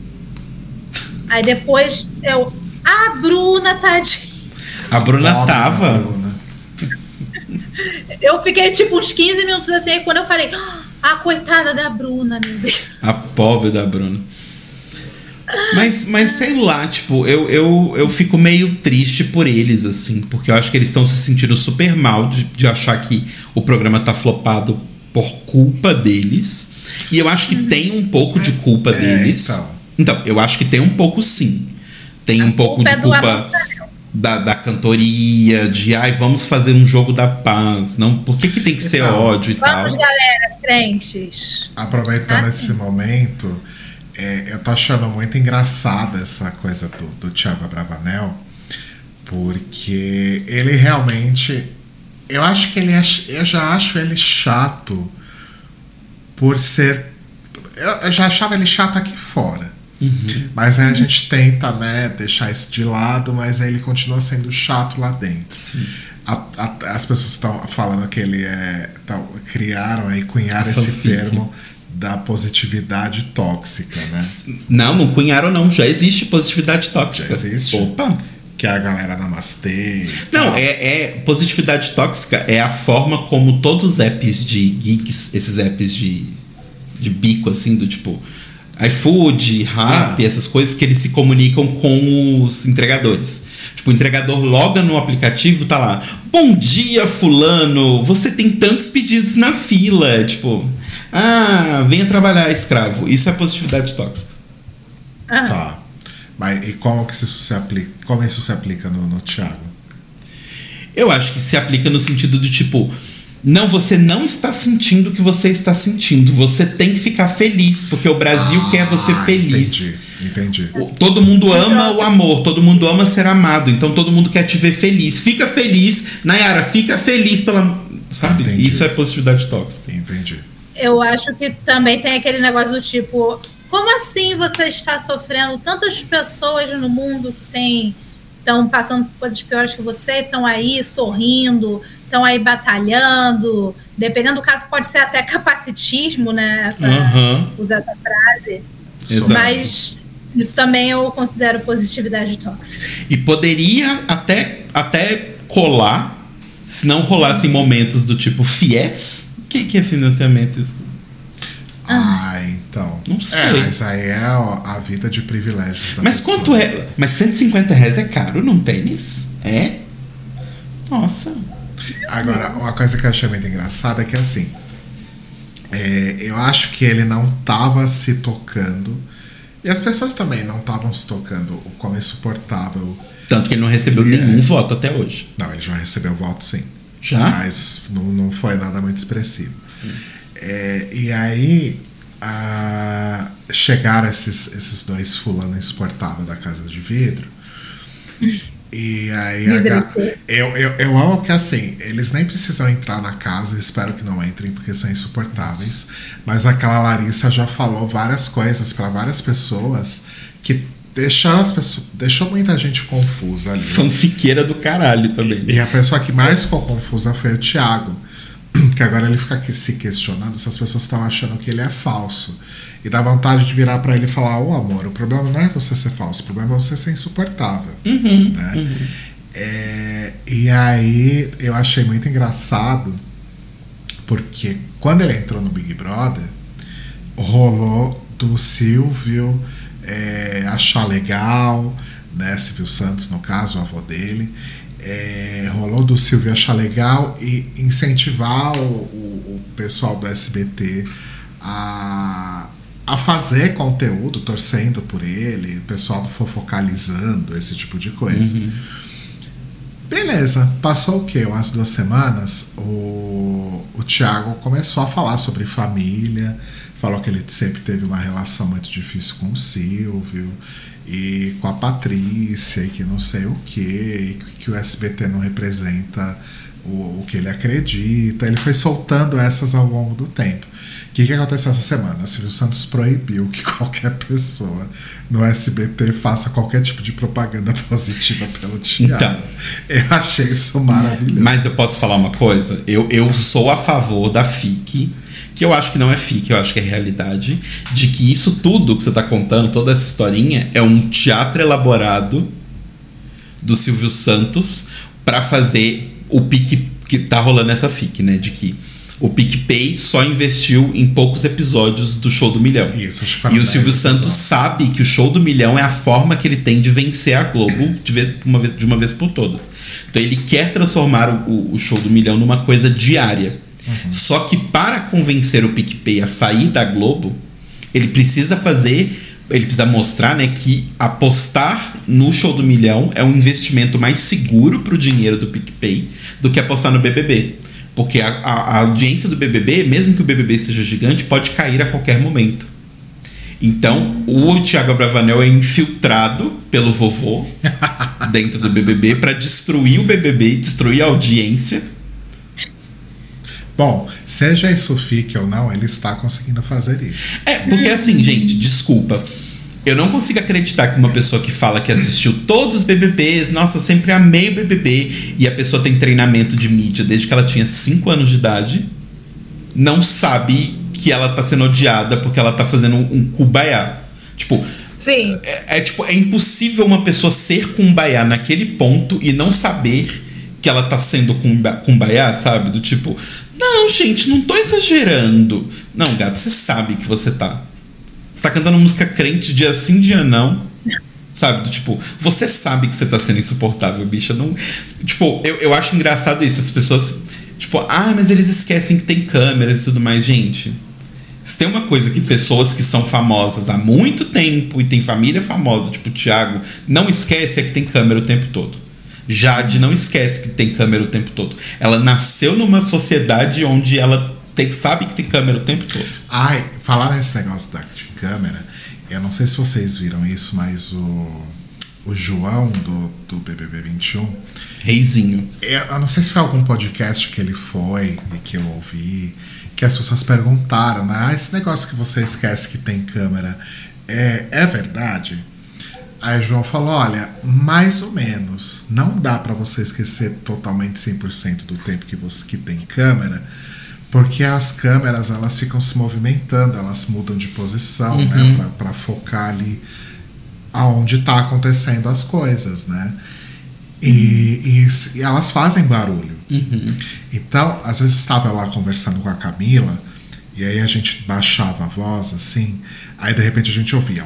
Aí depois eu... A Bruna, tadinha. A Bruna tava. Bruna. Eu fiquei tipo uns quinze minutos assim, quando eu falei, ah, coitada da Bruna, meu Deus. A pobre da Bruna. Mas, mas sei lá, tipo, eu, eu, eu fico meio triste por eles, assim, porque eu acho que eles estão se sentindo super mal de, de achar que o programa tá flopado por culpa deles. E eu acho que uhum. tem um pouco mas, de culpa é, deles. Então. então, eu acho que tem um pouco sim. Tem a um pouco de é culpa da, da cantoria, de ai, vamos fazer um jogo da paz. Não, por que, que tem que ser então, ódio e vamos, tal? Vamos, galera, crentes. Aproveitando assim. esse momento. É, eu tô achando muito engraçada essa coisa do, do Thiago Abravanel, porque ele realmente, eu acho que ele é, eu já acho ele chato por ser, eu, eu já achava ele chato aqui fora, uhum. mas aí a gente tenta, né, deixar isso de lado, mas aí ele continua sendo chato lá dentro. Sim. A, a, as pessoas estão falando que ele é, tão, criaram aí, cunharam esse fanfic. termo da positividade tóxica, né? Não, não cunharam não, já existe positividade tóxica. Já existe? Opa! Que é a galera namastê. Não, é, é positividade tóxica é a forma como todos os apps de gigs, esses apps de, de bico, assim, do tipo iFood, Rappi, ah. essas coisas que eles se comunicam com os entregadores. Tipo, o entregador loga no aplicativo, tá lá, bom dia, fulano, você tem tantos pedidos na fila, tipo... Ah, venha trabalhar, escravo. Isso é positividade tóxica. Ah. Tá. Mas e como que isso se aplica? Como isso se aplica no, no Thiago? Eu acho que se aplica no sentido de tipo, não, você não está sentindo o que você está sentindo. Você tem que ficar feliz, porque o Brasil ah, quer você feliz. Entendi, entendi. Todo mundo ama o amor, todo mundo ama ser amado. Então todo mundo quer te ver feliz. Fica feliz, Nayara, fica feliz pela. Sabe? Entendi. Isso é positividade tóxica. Entendi. Eu acho que também tem aquele negócio do tipo, como assim você está sofrendo? Tantas pessoas no mundo que tem, estão passando por coisas piores que você, estão aí sorrindo, estão aí batalhando. Dependendo do caso, pode ser até capacitismo, né? Essa, uhum. Usar essa frase. Exato. Mas isso também eu considero positividade tóxica. E poderia até, até colar, se não rolassem momentos do tipo fiéis. O que, que é financiamento isso? Ah, então. Não sei. É, mas aí é a vida de privilégios da Mas pessoa. Quanto é? Mas cento e cinquenta reais é caro num tênis? É? Nossa. Agora, uma coisa que eu achei muito engraçada é que assim, é, eu acho que ele não tava se tocando, e as pessoas também não estavam se tocando o quão insuportável. Tanto que ele não recebeu e nenhum é. voto até hoje. Não, ele já recebeu voto, sim. Já? Mas não, não foi nada muito expressivo. Hum. É, e aí a, chegaram esses, esses dois fulanos insuportáveis da Casa de Vidro. E aí a, eu, eu, eu amo que assim, eles nem precisam entrar na casa, espero que não entrem porque são insuportáveis. Mas aquela Larissa já falou várias coisas para várias pessoas que deixou, as pessoas, deixou muita gente confusa ali. Fanfiqueira do caralho também. E, e a pessoa que mais ficou confusa foi o Thiago. Que agora ele fica aqui se questionando se as pessoas estão achando que ele é falso. E dá vontade de virar pra ele e falar: ô amor, o problema não é você ser falso, o problema é você ser insuportável. Uhum, né? uhum. É, e aí eu achei muito engraçado, porque quando ele entrou no Big Brother, rolou do Silvio é, achar legal, né? Silvio Santos, no caso, o avô dele. É, rolou do Silvio achar legal e incentivar o, o, o pessoal do S B T a, a fazer conteúdo, torcendo por ele, o pessoal fofocalizando, esse tipo de coisa. Uhum. Beleza, passou o quê? Umas duas semanas, o, o Thiago começou a falar sobre família, falou que ele sempre teve uma relação muito difícil com o Silvio e com a Patrícia, e que não sei o que, e que o S B T não representa o, o que ele acredita. Ele foi soltando essas ao longo do tempo. O que, que aconteceu essa semana? O Silvio Santos proibiu que qualquer pessoa no S B T faça qualquer tipo de propaganda positiva pelo Thiago. Então, eu achei isso maravilhoso. Mas eu posso falar uma coisa? Eu, eu sou a favor da F I C, que eu acho que não é F I C, eu acho que é realidade, de que isso tudo que você está contando, toda essa historinha, é um teatro elaborado do Silvio Santos para fazer o pique que tá rolando essa fic, né? De que o PicPay só investiu em poucos episódios do Show do Milhão. Isso, acho que e o Silvio Santos sabe que o Show do Milhão é a forma que ele tem de vencer a Globo de, vez, uma, vez, de uma vez por todas. Então ele quer transformar o, o Show do Milhão numa coisa diária. Uhum. Só que para convencer o PicPay a sair da Globo, ele precisa fazer... Ele precisa mostrar, né, que apostar no Show do Milhão é um investimento mais seguro pro dinheiro do PicPay do que apostar no B B B. Porque a, a, a audiência do B B B, mesmo que o B B B esteja gigante, pode cair a qualquer momento. Então, o Thiago Abravanel é infiltrado pelo vovô dentro do B B B para destruir o B B B, destruir a audiência. Bom, seja isso fique ou não, ele está conseguindo fazer isso. É, porque assim, gente, desculpa. Eu não consigo acreditar que uma pessoa que fala que assistiu todos os B B Bs, nossa, sempre amei o B B B, e a pessoa tem treinamento de mídia desde que ela tinha cinco anos de idade, não sabe que ela tá sendo odiada porque ela tá fazendo um, um kumbaya. Tipo, sim. É, é, tipo, é impossível uma pessoa ser kumbaya naquele ponto e não saber que ela tá sendo kumbaya, sabe? Do tipo, não, gente, não tô exagerando. Não, gato, você sabe que você tá. Você tá cantando música crente dia sim, dia não. Sabe? Do tipo, você sabe que você tá sendo insuportável, bicha. Não... Tipo, eu, eu acho engraçado isso. As pessoas, tipo, ah, mas eles esquecem que tem câmeras e tudo mais. Gente, se tem uma coisa que pessoas que são famosas há muito tempo e tem família famosa, tipo o Thiago, não esquece é que tem câmera o tempo todo. Jade não esquece que tem câmera o tempo todo. Ela nasceu numa sociedade onde ela tem, sabe que tem câmera o tempo todo. Ai, falar nesse negócio da de câmera, eu não sei se vocês viram isso, mas o, o João do, do B B B vinte e um, Reizinho. Eu, eu não sei se foi algum podcast que ele foi e que eu ouvi, que as pessoas perguntaram, né? Ah, esse negócio que você esquece que tem câmera é, é verdade? Aí o João falou, olha, mais ou menos, não dá pra você esquecer totalmente cem por cento do tempo que você que tem câmera, porque as câmeras, elas ficam se movimentando, elas mudam de posição, uhum. né, pra, pra focar ali aonde tá acontecendo as coisas, né, e, e, e elas fazem barulho. Uhum. Então, às vezes estava lá conversando com a Camila, e aí a gente baixava a voz, assim, aí de repente a gente ouvia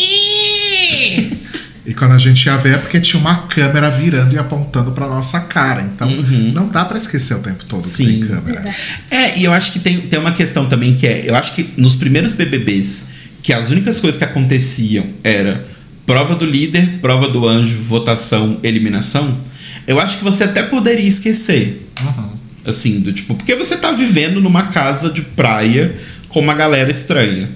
Uii! E quando a gente ia ver é porque tinha uma câmera virando e apontando pra nossa cara. Então uhum. não dá pra esquecer o tempo todo Sim. que tem câmera. É, e eu acho que tem, tem uma questão também que é, eu acho que nos primeiros B B Bs, que as únicas coisas que aconteciam era prova do líder, prova do anjo, votação, eliminação, eu acho que você até poderia esquecer. Uhum. Assim, do tipo, porque você tá vivendo numa casa de praia com uma galera estranha.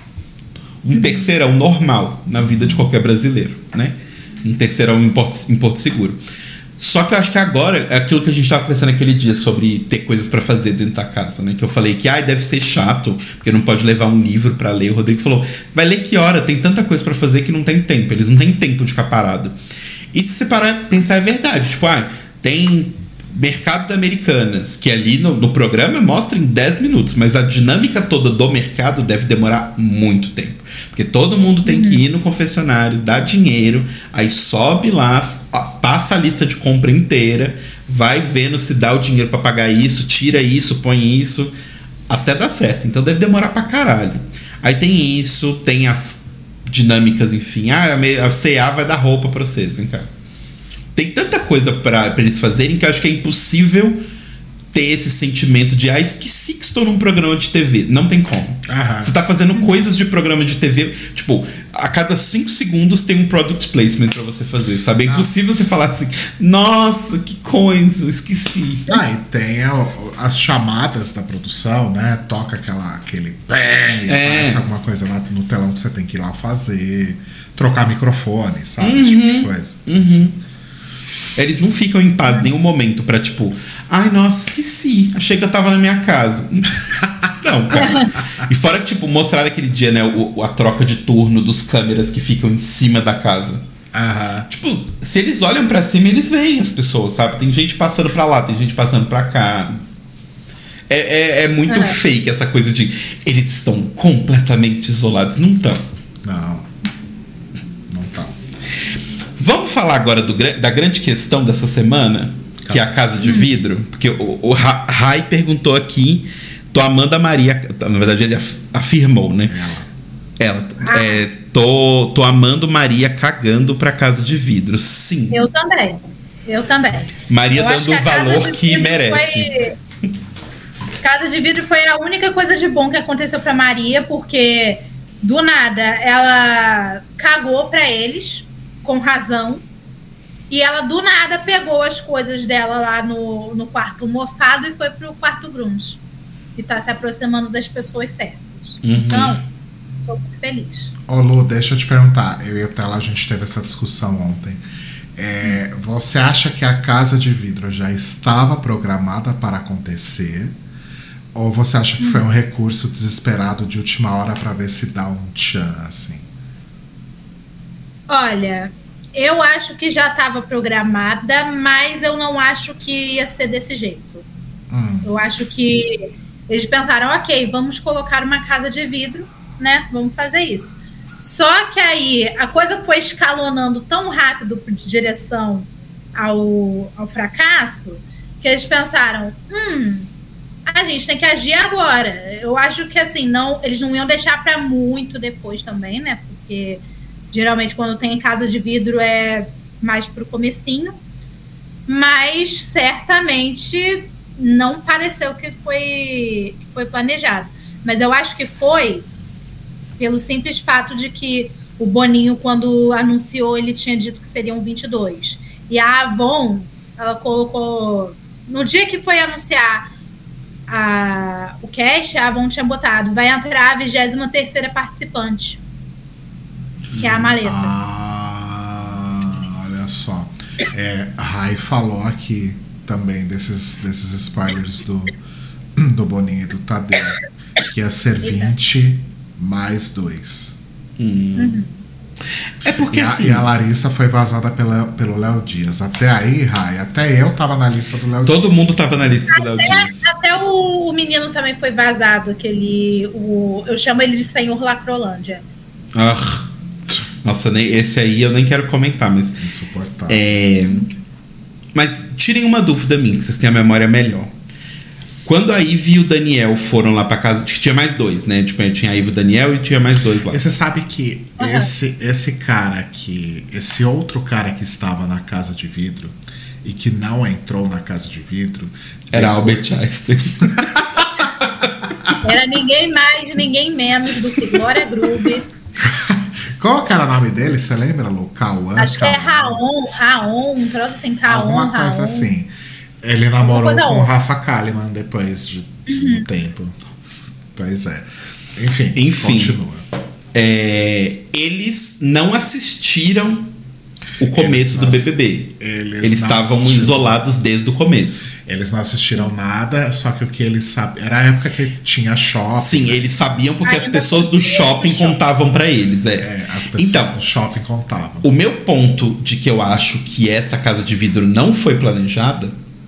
Um terceirão normal na vida de qualquer brasileiro, né? Um terceirão em Porto, em Porto Seguro. Só que eu acho que agora é aquilo que a gente tava conversando aquele dia sobre ter coisas pra fazer dentro da casa, né? Que eu falei que, ai, deve ser chato, porque não pode levar um livro pra ler. O Rodrigo falou, vai ler que hora? Tem tanta coisa pra fazer que não tem tempo. Eles não têm tempo de ficar parado. E se você parar pra pensar, é verdade. Tipo, ah, tem Mercado da Americanas, que ali no, no programa mostra em dez minutos, mas a dinâmica toda do mercado deve demorar muito tempo. Porque todo mundo tem que ir no confessionário, dar dinheiro, aí sobe lá, passa a lista de compra inteira, vai vendo se dá o dinheiro pra pagar isso, tira isso, põe isso, até dar certo. Então deve demorar pra caralho. Aí tem isso, tem as dinâmicas, enfim. Ah, a C A vai dar roupa pra vocês, vem cá. Tem tanta coisa pra, pra eles fazerem que eu acho que é impossível ter esse sentimento de, ah, esqueci que estou num programa de T V. Não tem como. Aham. Você tá fazendo coisas de programa de T V, tipo, a cada cinco segundos tem um product placement pra você fazer, sabe? É impossível você falar assim, nossa, que coisa, esqueci. Ah, e tem as chamadas da produção, né? Toca aquela, aquele pé, e É. aparece alguma coisa lá no telão que você tem que ir lá fazer, trocar microfone, sabe? Uhum. Esse tipo de coisa. Uhum. Eles não ficam em paz em nenhum momento pra, tipo, ai, nossa, esqueci, achei que eu tava na minha casa. Não, cara. E fora que, tipo, mostraram aquele dia, né, o, a troca de turno dos câmeras que ficam em cima da casa. Aham. Tipo, se eles olham pra cima, eles veem as pessoas, sabe? Tem gente passando pra lá, tem gente passando pra cá. É, é, é muito Uhum. fake essa coisa de eles estão completamente isolados. Não estão. Não. Não tá. Vamos falar agora do, da grande questão dessa semana? Que é a casa de vidro. Porque o, o Rai perguntou aqui. Tô amando a Maria. Na verdade, ele afirmou, né? Ela. Ela. Ah. É, tô, tô amando Maria cagando pra casa de vidro. Sim. Eu também. Eu também. Maria eu dando o valor que merece. Foi... Casa de vidro foi a única coisa de bom que aconteceu pra Maria, porque do nada ela cagou pra eles, com razão. E ela, do nada, pegou as coisas dela lá no, no quarto mofado e foi pro quarto grunge. E tá se aproximando das pessoas certas. Uhum. Então, tô muito feliz. Ô Lu, deixa eu te perguntar. Eu e a Tela, a gente teve essa discussão ontem. É, você acha que a casa de vidro já estava programada para acontecer? Ou você acha que hum. foi um recurso desesperado de última hora para ver se dá um tchan, assim? Olha... Eu acho que já estava programada, mas eu não acho que ia ser desse jeito. Hum. Eu acho que eles pensaram, ok, vamos colocar uma casa de vidro, né? Vamos fazer isso. Só que aí a coisa foi escalonando tão rápido de direção ao, ao fracasso, que eles pensaram, hum, a gente tem que agir agora. Eu acho que assim, não, eles não iam deixar para muito depois também, né? Porque... geralmente, quando tem casa de vidro, é mais pro comecinho. Mas, certamente, não pareceu que foi, que foi planejado. Mas eu acho que foi pelo simples fato de que o Boninho, quando anunciou, ele tinha dito que seriam vinte e dois. E a Avon, ela colocou... No dia que foi anunciar a, o cast, a Avon tinha botado, vai entrar a vigésima terceira participante. Que é a maleta. Ah, olha só. É, a Rai falou aqui também desses, desses spoilers do, do Boninho e do Tadeu, que ia ser vinte mais dois. Hum. Uhum. É porque e a, assim. E a Larissa foi vazada pela, pelo Léo Dias. Até aí, Rai, até eu tava na lista do Léo Dias. Todo mundo tava na lista do Léo Dias. Até o, o menino também foi vazado, aquele. O, eu chamo ele de Senhor Lacrolândia. Ah. Nossa, nem, esse aí eu nem quero comentar, mas... Insuportável. É, mas tirem uma dúvida minha, que vocês têm a memória melhor. Quando a Ivy e o Daniel foram lá pra casa... Tinha mais dois, né? Tipo, tinha a Ivy e o Daniel e tinha mais dois lá. E você sabe que uhum. esse, esse cara que... Esse outro cara que estava na casa de vidro e que não entrou na casa de vidro... Era Albert Einstein. Era ninguém mais, ninguém menos do que Glória Groove. Qual que era o nome dele? Você lembra, Lu? Cauã? Acho que é Raon, Raon, um troço assim, Caon, Alguma Raon. coisa assim. Ele namorou com o Rafa Kalimann depois de, de uhum. um tempo. Pois é. Enfim, Enfim continua. É, eles não assistiram o começo do B B B. Eles, eles estavam assistiram. isolados desde o começo. Eles não assistiram nada, só que o que eles sabiam... Era a época que tinha shopping. Sim, eles sabiam porque Ainda as pessoas do shopping do contavam pra eles. É. é, as pessoas então, do shopping contavam. O meu ponto de que eu acho que essa casa de vidro não foi planejada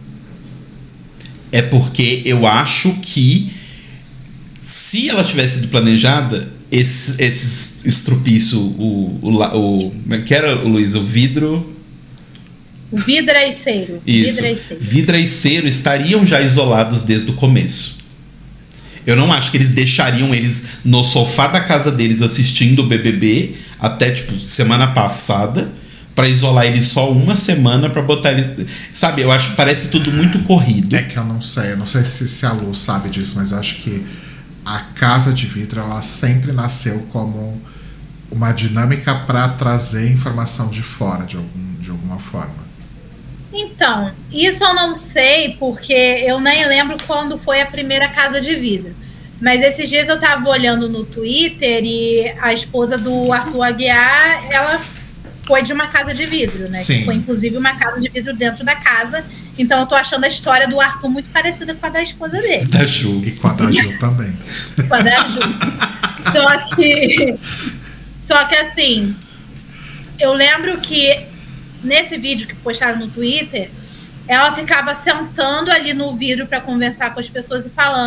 é porque eu acho que se ela tivesse sido planejada, esses, esses estrupiços, o, o, o, o que era, o Luiz, o vidro... O vidraiceiro. Isso. Vidraiceiro. Vidraiceiro estariam já isolados desde o começo. Eu não acho que eles deixariam eles no sofá da casa deles assistindo o B B B até, tipo, semana passada, pra isolar eles só uma semana pra botar eles... Sabe, eu acho que parece tudo muito corrido. É que eu não sei, eu não sei se, se a Lu sabe disso, mas eu acho que a casa de vidro, ela sempre nasceu como uma dinâmica pra trazer informação de fora, de, algum, de alguma forma. Então, isso eu não sei, porque eu nem lembro quando foi a primeira casa de vidro. Mas esses dias eu tava olhando no Twitter e a esposa do Arthur Aguiar, ela foi de uma casa de vidro, né? Sim. Que foi, inclusive, uma casa de vidro dentro da casa. Então eu tô achando a história do Arthur muito parecida com a da esposa dele. Da Ju. E com a da Ju também. Com a da Ju. Só que... Só que, assim, eu lembro que nesse vídeo que postaram no Twitter, ela ficava sentando ali no vidro para conversar com as pessoas e falando: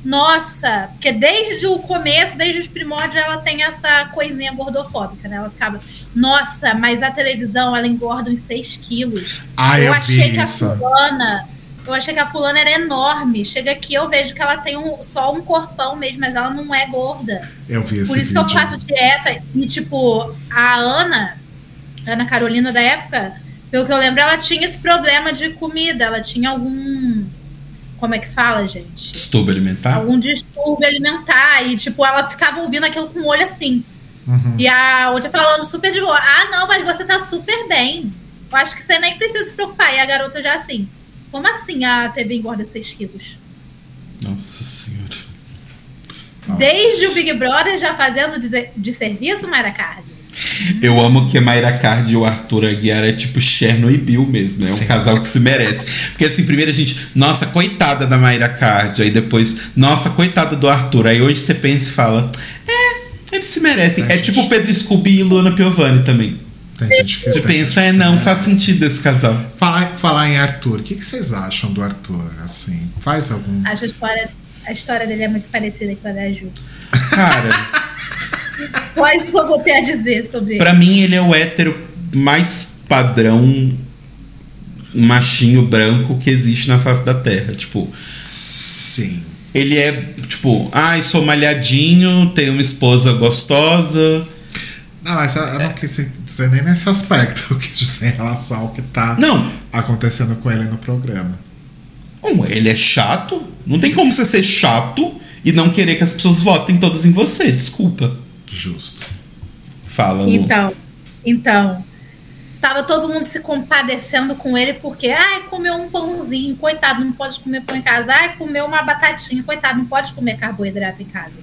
nossa, porque desde o começo, desde os primórdios, ela tem essa coisinha gordofóbica, né? Ela ficava, nossa, mas a televisão, ela engorda uns seis quilos. Ah, eu, eu achei vi que isso. a fulana, eu achei que a fulana era enorme. Chega aqui, eu vejo que ela tem um, só um corpão mesmo, mas ela não é gorda. Eu vi esse Por isso vídeo. que eu faço dieta. E, tipo, a Ana, Ana Carolina da época, pelo que eu lembro, ela tinha esse problema de comida. Ela tinha algum... Como é que fala, gente? Distúrbio alimentar? Algum distúrbio alimentar. E, tipo, ela ficava ouvindo aquilo com o olho assim. Uhum. E a outra falando super de boa. Ah, não, mas você tá super bem. Eu acho que você nem precisa se preocupar. E a garota já assim... Como assim a T V engorda seis quilos? Nossa Senhora. Nossa. Desde o Big Brother já fazendo de, de serviço, Mayra Card? Eu amo que a Mayra Card e o Arthur Aguiar é tipo Cherno e Bill mesmo. É um Sim. casal que se merece. Porque assim, primeiro a gente, nossa, coitada da Mayra Card. Aí depois, nossa, coitada do Arthur. Aí hoje você pensa e fala, é, eles se merecem. É, É, gente. tipo Pedro Scooby e Luana Piovani também. Tem gente que Você tem pensa, gente é que não, se faz merece. sentido esse casal. Falar, falar em Arthur, o que, que vocês acham do Arthur? Assim, faz algum. Acho a história, a história dele é muito parecida com a da Ju. Cara, Quase que eu vou ter a dizer sobre ele. pra mim ele é o hétero mais padrão machinho branco que existe na face da Terra. Tipo, Sim. ele é tipo, ai, sou malhadinho, tenho uma esposa gostosa. Não, mas eu eu não quis dizer nem nesse aspecto. Eu quis dizer em relação ao que tá Não, acontecendo com ele no programa. um, ele é chato. Não tem como você ser chato e não querer que as pessoas votem todas em você. Desculpa. Justo. Fala, Lu. Então, então, tava todo mundo se compadecendo com ele porque, ai, comeu um pãozinho, coitado, não pode comer pão em casa. Ai, comeu uma batatinha, coitado, não pode comer carboidrato em casa.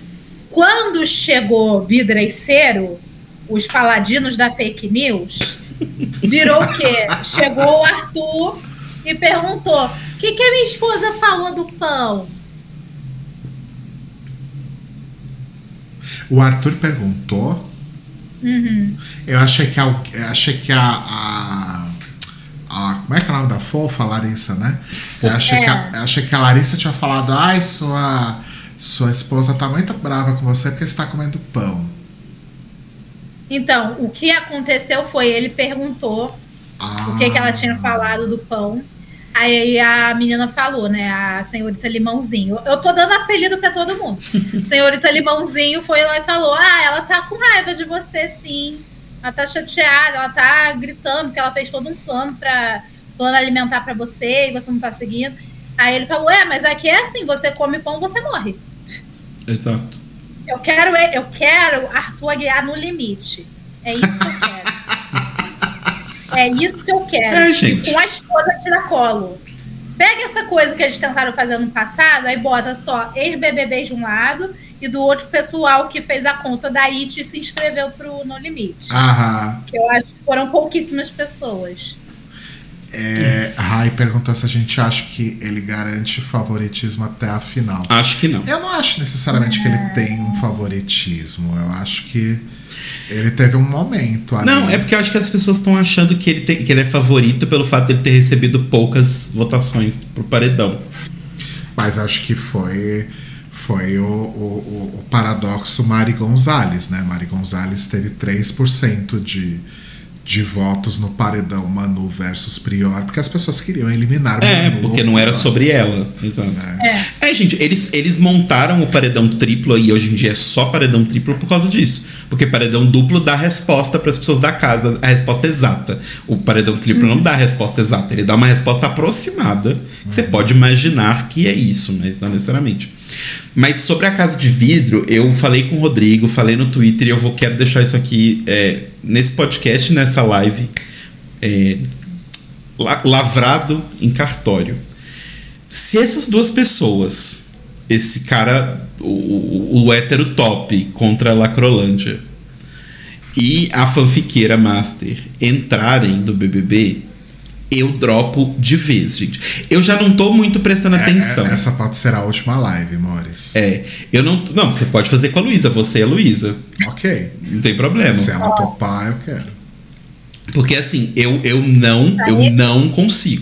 Quando chegou Vidraceiro, os paladinos da fake news, virou o quê? Chegou o Arthur e perguntou, o que, que a minha esposa falou do pão? O Arthur perguntou. Uhum. Eu achei que a. Eu achei que a, a, a- Como é que é o nome da fofa? Larissa, né? Eu achei, É. que a, eu achei que a Larissa tinha falado: ai, sua, sua esposa tá muito brava com você porque você tá comendo pão. Então, o que aconteceu foi, ele perguntou Ah, o que, que ela tinha falado do pão. Aí a menina falou, né? A senhorita Limãozinho. Eu tô dando apelido pra todo mundo. Senhorita Limãozinho foi lá e falou: ah, ela tá com raiva de você, sim. Ela tá chateada, ela tá gritando, porque ela fez todo um plano pra plano alimentar pra você e você não tá seguindo. Aí ele falou: é, mas aqui é assim, você come pão, você morre. Exato. Eu quero, eu quero Arthur Aguiar no limite. É isso que eu quero. É isso que eu quero. É, gente. Com a esposa tiracolo. Pega essa coisa que eles tentaram fazer no passado, aí bota só ex-B B B de um lado e do outro pessoal que fez a conta da I T e se inscreveu pro No Limite. Aham. Que eu acho que foram pouquíssimas pessoas. É, Rai perguntou se a gente acha que ele garante favoritismo até a final. Acho que não. Eu não acho necessariamente que ele tem um favoritismo. Eu acho que ele teve um momento ali. Não, é porque eu acho que as pessoas estão achando que ele, tem, que ele é favorito pelo fato de ele ter recebido poucas votações pro paredão. Mas acho que foi, foi o, o, o, o paradoxo Mari Gonzalez, né? Mari Gonzalez teve três por cento de, de votos no paredão Manu versus Prior, porque as pessoas queriam eliminar É, Manu. porque não era sobre ela. Exato. É. É, gente, eles, eles montaram o paredão triplo e hoje em dia é só paredão triplo por causa disso. Porque paredão duplo dá resposta para as pessoas da casa, a resposta exata. O paredão triplo não dá a resposta exata, ele dá uma resposta aproximada, que você pode imaginar que é isso, mas não necessariamente. Mas sobre a Casa de Vidro, eu falei com o Rodrigo, falei no Twitter e eu vou, quero deixar isso aqui é, nesse podcast, nessa live, é, la- lavrado em cartório. Se essas duas pessoas, esse cara, o, o, o hétero top contra a Lacrolândia e a fanfiqueira master entrarem do B B B, eu dropo de vez, gente. Eu já não tô muito prestando É, atenção. é, essa pode ser a última live, Mores. É, eu não. Não, você pode fazer com a Luísa, você e a Luísa. Ok. Não tem problema. Se ela topar, eu quero. Porque assim, eu, eu não, eu não consigo.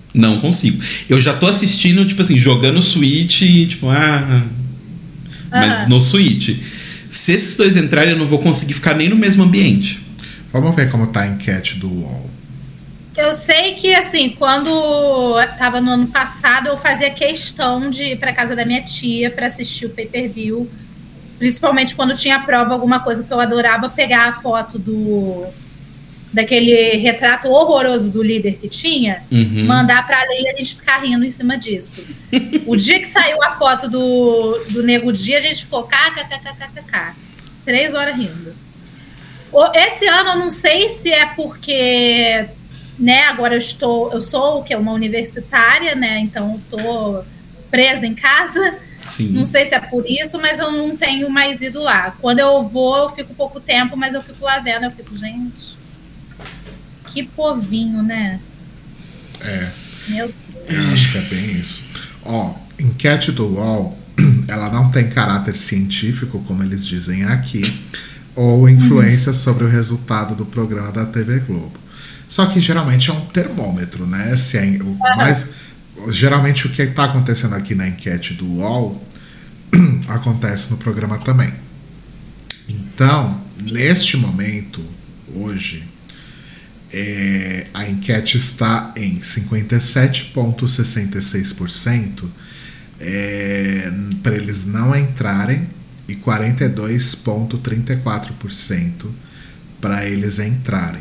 Não consigo. Eu já tô assistindo, tipo assim, jogando Switch e tipo, ah... Mas Ah. no Switch. Se esses dois entrarem, eu não vou conseguir ficar nem no mesmo ambiente. Vamos ver como tá a enquete do U O L. Eu sei que, assim, quando tava no ano passado, eu fazia questão de ir pra casa da minha tia pra assistir o pay-per-view. Principalmente quando tinha prova, alguma coisa que eu adorava, pegar a foto do... daquele retrato horroroso do líder que tinha, Uhum. mandar pra Lei e a gente ficar rindo em cima disso. O dia que saiu a foto do, do Nego Dia, a gente ficou kkkkkk. Três horas rindo. O- Esse ano eu não sei se é porque, né, agora eu estou, eu sou o que é uma universitária, né, então eu tô presa em casa. Sim. Não sei se é por isso, mas eu não tenho mais ido lá. Quando eu vou, eu fico pouco tempo, mas eu fico lá vendo, eu fico, gente, que povinho, né? É, Meu eu acho que é bem isso. Ó, enquete do U O L, ela não tem caráter científico, como eles dizem aqui, ou influência sobre o resultado do programa da T V Globo. Só que geralmente é um termômetro, né? Se é, o mais, geralmente o que está acontecendo aqui na enquete do U O L acontece no programa também. Então, neste momento, hoje, é, a enquete está em cinquenta e sete vírgula sessenta e seis por cento é, para eles não entrarem e quarenta e dois vírgula trinta e quatro por cento para eles entrarem.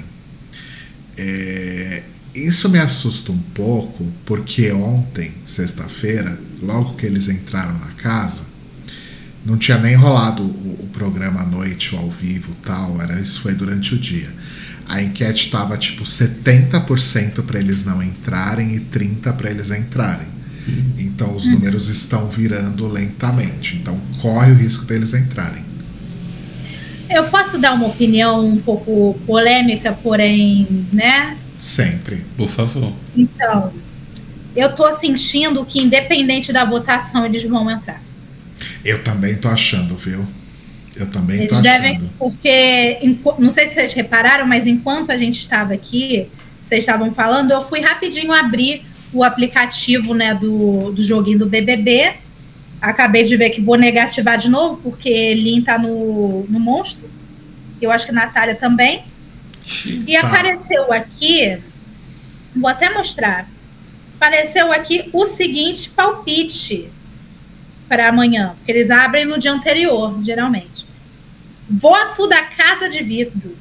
É, isso me assusta um pouco, porque ontem, sexta-feira, logo que eles entraram na casa, não tinha nem rolado o, o programa à noite ou ao vivo tal, era, isso foi durante o dia. A enquete estava tipo setenta por cento para eles não entrarem e trinta por cento para eles entrarem. Então os números estão virando lentamente. Então corre o risco deles entrarem. Eu posso dar uma opinião um pouco polêmica, porém, né? Sempre. Por favor. Então, eu tô sentindo que, independente da votação, eles vão entrar. Eu também tô achando, viu? Eu também Eles tô achando. devem, porque, enqu- não sei se vocês repararam, mas enquanto a gente estava aqui, vocês estavam falando, eu fui rapidinho abrir o aplicativo, né, do, do joguinho do B B B. Acabei de ver que vou negativar de novo, porque Lin tá no, no monstro. Eu acho que Natália também. E Tá. apareceu aqui, vou até mostrar. Apareceu aqui o seguinte palpite para amanhã, porque eles abrem no dia anterior, geralmente. Voto da Casa de Vidro.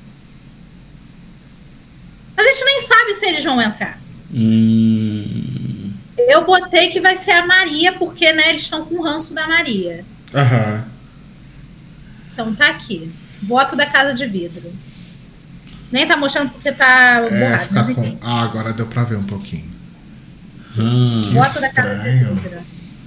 A gente nem sabe se eles vão entrar. Hum... Eu botei que vai ser a Maria, porque, né, eles estão com o ranço da Maria. Aham. Então tá aqui. Voto da Casa de Vidro. Nem tá mostrando porque tá É, borrado, fica mas enfim. com... Ah, agora deu pra ver um pouquinho. Ah. Que Voto da Casa de estranho. Vidro.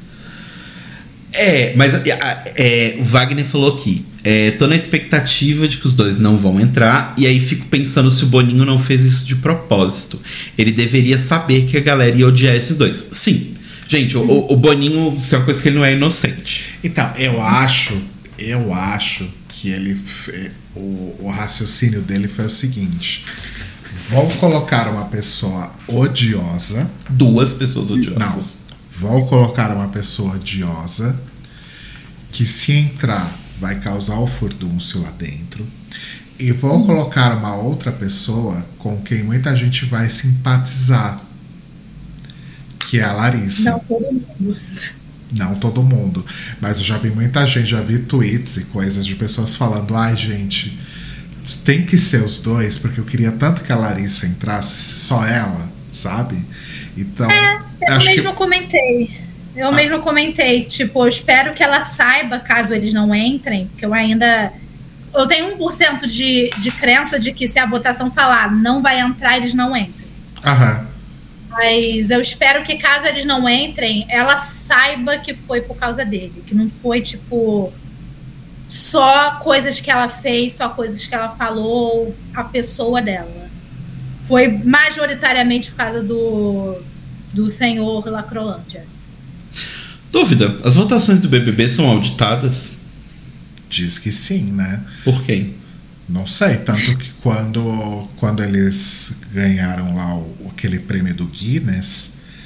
É, mas é, é, o Wagner falou aqui. É, tô na expectativa de que os dois não vão entrar. E aí fico pensando se o Boninho não fez isso de propósito. Ele deveria saber que a galera ia odiar esses dois. Sim. Gente, o, o Boninho, isso é uma coisa que ele não é inocente. Então, eu acho, eu acho que ele, fe- o, o raciocínio dele foi o seguinte: vão colocar uma pessoa odiosa, Duas pessoas não, odiosas. vão colocar uma pessoa odiosa que, se entrar, vai causar o furdúncio lá dentro, e vão colocar uma outra pessoa com quem muita gente vai simpatizar, que é a Larissa. Não, todo mundo. Não todo mundo, mas eu já vi muita gente, já vi tweets e coisas de pessoas falando: ai, gente, tem que ser os dois, porque eu queria tanto que a Larissa entrasse, só ela, sabe? Então, Eu acho mesma que comentei. Eu mesma comentei. Tipo, eu espero que ela saiba, caso eles não entrem, porque eu ainda. Eu tenho um por cento de, de crença de que, se a votação falar não vai entrar, eles não entram. aham, Mas eu espero que, caso eles não entrem, ela saiba que foi por causa dele. Que não foi, tipo, só coisas que ela fez, só coisas que ela falou, a pessoa dela. Foi majoritariamente por causa do, do senhor Lacrolândia. Dúvida: as votações do B B B são auditadas? diz que sim, né? Por quem? Não sei, tanto que quando, quando eles ganharam lá o, aquele prêmio do Guinness,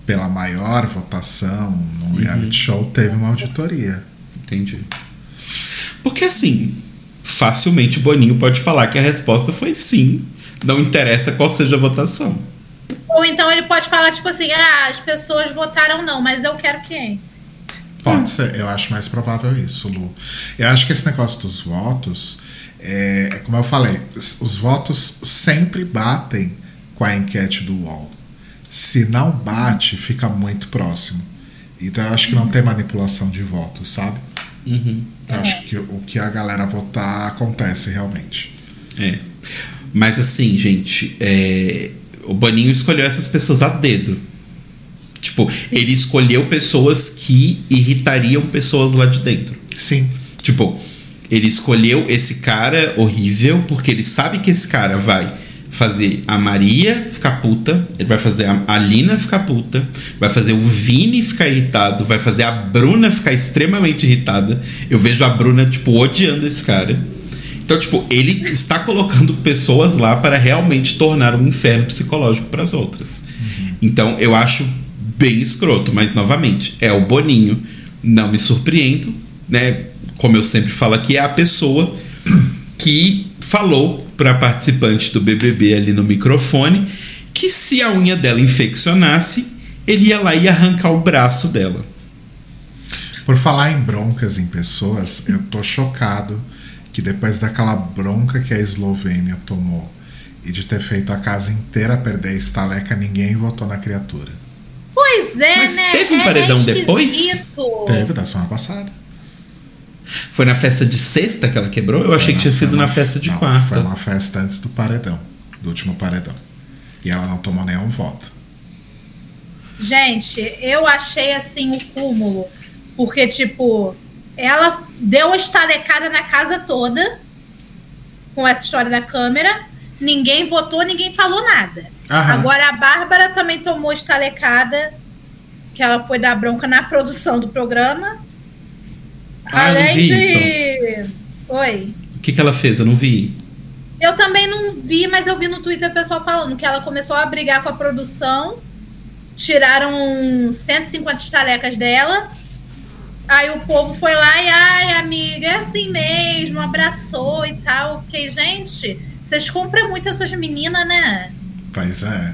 pela maior votação no reality uhum. show, teve uma auditoria. Entendi. Porque assim, facilmente o Boninho pode falar que a resposta foi sim, não interessa qual seja a votação. Ou então ele pode falar tipo assim, ah, as pessoas votaram não, mas eu quero quem? Pode hum. ser, eu acho mais provável isso, Lu. Eu acho que esse negócio dos votos, é, como eu falei, os votos sempre batem com a enquete do U O L. Se não bate, fica muito próximo. Então eu acho que não tem manipulação de votos, sabe? Uhum. Eu é. acho que o que a galera votar acontece realmente. É. Mas assim, gente, é... o Boninho escolheu essas pessoas a dedo. Tipo, Sim. ele escolheu pessoas que irritariam pessoas lá de dentro. Sim. Tipo, ele escolheu esse cara horrível porque ele sabe que esse cara vai fazer a Maria ficar puta, ele vai fazer a Alina ficar puta, vai fazer o Vini ficar irritado, vai fazer a Bruna ficar extremamente irritada. Eu vejo a Bruna, tipo, odiando esse cara. Então, tipo, ele está colocando pessoas lá para realmente tornar um inferno psicológico para as outras. Uhum. Então, eu acho bem escroto, mas, novamente, é o Boninho. Não me surpreendo, né? Como eu sempre falo aqui, é a pessoa que falou para participante do B B B ali no microfone que se a unha dela infeccionasse, ele ia lá e arrancar o braço dela. Por falar em broncas em pessoas, eu tô chocado que depois daquela bronca que a Eslovênia tomou e de ter feito a casa inteira perder a estaleca, ninguém votou na criatura. Pois é, Mas né? teve um paredão é depois? Teve, da semana passada. Foi na festa de sexta que ela quebrou? Eu foi achei na, que tinha sido na festa de não, quarta. Foi uma festa antes do paredão, do último paredão. E ela não tomou nenhum voto. Gente, eu achei assim o cúmulo. Porque, tipo, ela deu a estalecada na casa toda com essa história da câmera. Ninguém votou, ninguém falou nada. Aham. Agora a Bárbara também tomou estalecada, que ela foi dar bronca na produção do programa. Ah, Além eu não vi de... isso. Oi. O que, que ela fez? Eu não vi. Eu também não vi, mas eu vi no Twitter o pessoal falando que ela começou a brigar com a produção. Tiraram cento e cinquenta estalecas dela. Aí o povo foi lá e, ai, amiga, é assim mesmo, abraçou e tal. Eu fiquei, gente, vocês compram muito essas meninas, né? Pois é.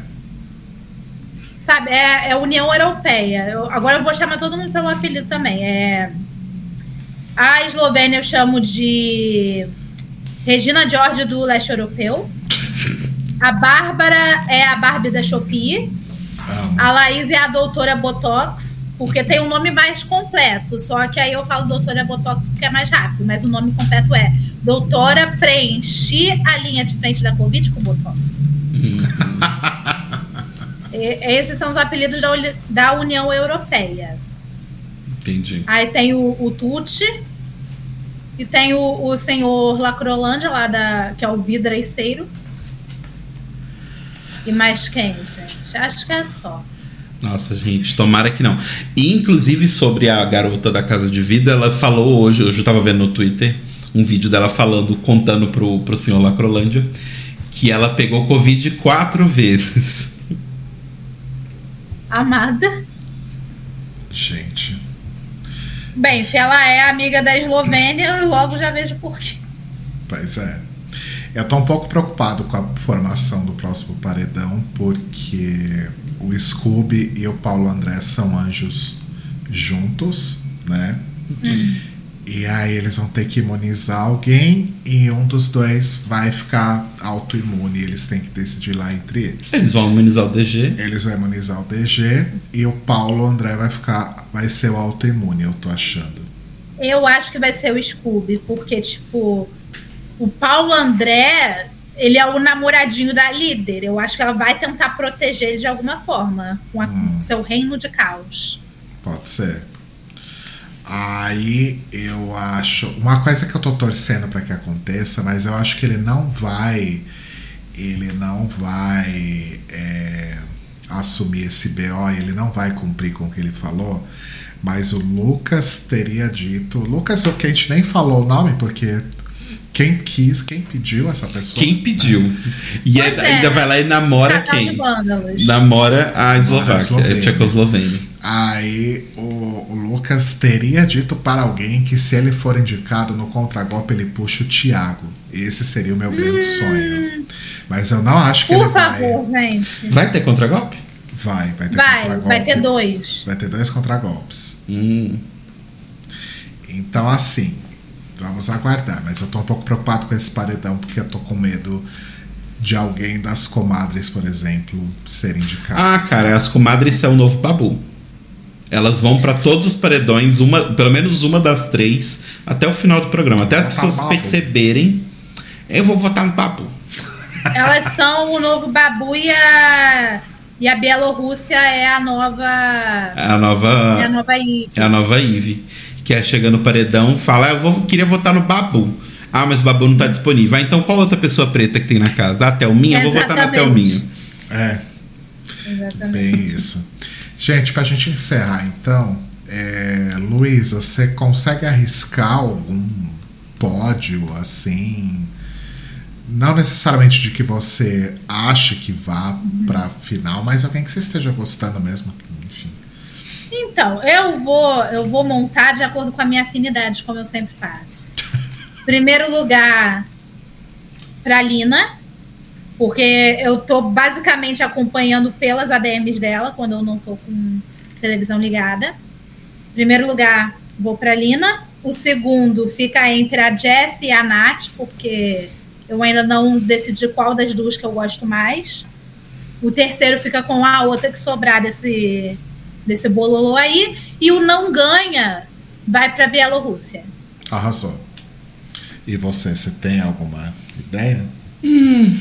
Sabe, é, é União Europeia. Eu, agora eu vou chamar todo mundo pelo apelido também. É... A Eslovênia eu chamo de Regina George do leste europeu. A Bárbara é a Barbie da Shopee. Amo. A Laís é a doutora Botox, porque tem um nome mais completo. Só que aí eu falo doutora Botox porque é mais rápido. Mas o nome completo é doutora Preenchi a linha de frente da Covid com Botox. E, esses são os apelidos da, da União Europeia. Entendi. Aí tem o, o Tucci e tem o, o senhor Lacrolândia, lá da, que é o vidraceiro. E mais quem, gente? Acho que é só. Nossa, gente, tomara que não. E, inclusive, sobre a garota da Casa de Vidro, ela falou hoje, hoje eu tava vendo no Twitter, um vídeo dela falando, contando pro, pro senhor Lacrolândia, que ela pegou Covid quatro vezes. Amada. Gente... Bem, se ela é amiga da Eslovênia, eu logo já vejo por quê. Pois é. Eu tô um pouco preocupado com a formação do próximo paredão, porque o Scooby e o Paulo André são anjos juntos, né? Hum. E aí eles vão ter que imunizar alguém e um dos dois vai ficar autoimune. Eles têm que decidir lá entre eles. Eles vão imunizar o D G. Eles vão imunizar o D G e o Paulo André vai ficar, vai ser o autoimune, eu tô achando. Eu acho que vai ser o Scooby, porque, tipo, o Paulo André, ele é o namoradinho da líder. Eu acho que ela vai tentar proteger ele de alguma forma, com o hum. seu reino de caos. Pode ser. Aí eu acho... Uma coisa que eu tô torcendo pra que aconteça, mas eu acho que ele não vai... Ele não vai é, assumir esse B O, ele não vai cumprir com o que ele falou. Mas o Lucas teria dito... Lucas, o que a gente nem falou o nome, porque Quem quis, quem pediu essa pessoa? Quem pediu? E é, é. ainda vai lá e namora Casal de quem? vândalos. Namora a Eslováquia, Eslovênia. a Tchecoslovênia. Aí o, o Lucas teria dito para alguém que se ele for indicado no contragolpe, ele puxa o Thiago. Esse seria o meu grande hum. sonho. Mas eu não acho que Por ele favor, vai. gente. Vai ter contragolpe? Vai, vai ter Vai, contragolpe. vai ter dois. Vai ter dois contragolpes. Hum. Então, assim, vamos aguardar. Mas eu tô um pouco preocupado com esse paredão, porque eu tô com medo de alguém das comadres, por exemplo, ser indicado. Ah, cara, as comadres são o novo Babu. Elas vão pra todos os paredões, uma, pelo menos uma das três, até o final do programa. Até as pessoas perceberem, eu vou votar no Babu. Elas são o novo Babu e a, e a Bielorrússia é a nova. É a nova. É a nova Ive. É a nova Ive. Que é chega no paredão, fala, ah, eu vou, queria votar no Babu. Ah, mas o Babu não tá disponível. Ah, então qual outra pessoa preta que tem na casa? Ah, Thelminha? Eu vou votar na Thelminha. É. Exatamente. Bem isso. Gente, pra gente encerrar, então, é, Luísa, você consegue arriscar algum pódio, assim? Não necessariamente de que você ache que vá uhum. pra final, mas alguém que você esteja gostando mesmo, enfim. Então, eu vou, eu vou montar de acordo com a minha afinidade, como eu sempre faço. Primeiro lugar, pra Lina, porque eu tô basicamente acompanhando pelas A D Ms dela, quando eu não tô com televisão ligada. Primeiro lugar, vou pra Lina. O segundo fica entre a Jessie e a Nath, porque eu ainda não decidi qual das duas que eu gosto mais. O terceiro fica com a outra que sobrar desse, desse bololô aí. E o não ganha vai pra Bielorrússia. Arrasou. E você, você tem alguma ideia? Hum...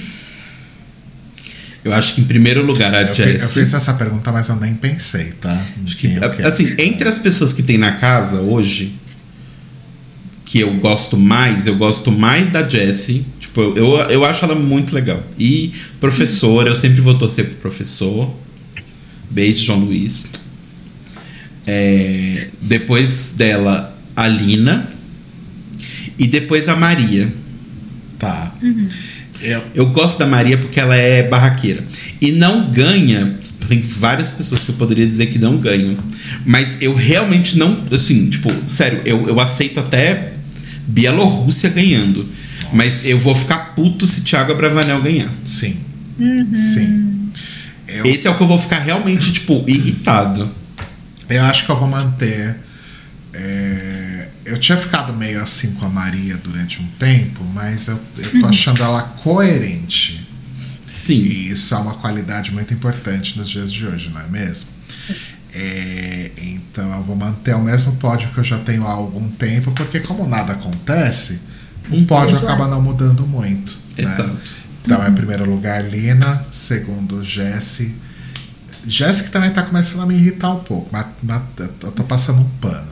Eu acho que em primeiro lugar a eu Jessie. Eu fiz essa pergunta, mas eu nem pensei, tá? Acho que, assim, entre as pessoas que tem na casa hoje, que eu gosto mais, eu gosto mais da Jessie. Tipo, eu, eu acho ela muito legal. E professora, eu sempre vou torcer pro professor. Beijo, João Luiz. É, depois dela, a Lina. E depois a Maria. Tá. Uhum. Eu, eu gosto da Maria porque ela é barraqueira. E não ganha. Tem várias pessoas que eu poderia dizer que não ganham. Mas eu realmente não. Assim, tipo, sério, eu, eu aceito até Bielorrússia ganhando. Nossa. Mas eu vou ficar puto se Thiago Abravanel ganhar. Sim. Uhum. Sim. Eu, Esse é o que eu vou ficar realmente, tipo, irritado. Eu acho que eu vou manter. É... Eu tinha ficado meio assim com a Maria durante um tempo, mas eu, eu tô uhum. achando ela coerente. Sim. E isso é uma qualidade muito importante nos dias de hoje, não é mesmo? É, então eu vou manter o mesmo pódio que eu já tenho há algum tempo, porque como nada acontece, o um pódio claro. acaba não mudando muito. Exato. Né? Então uhum. é em primeiro lugar Lina, segundo Jessie. Jessie que também tá começando a me irritar um pouco, mas, mas eu tô passando um pano.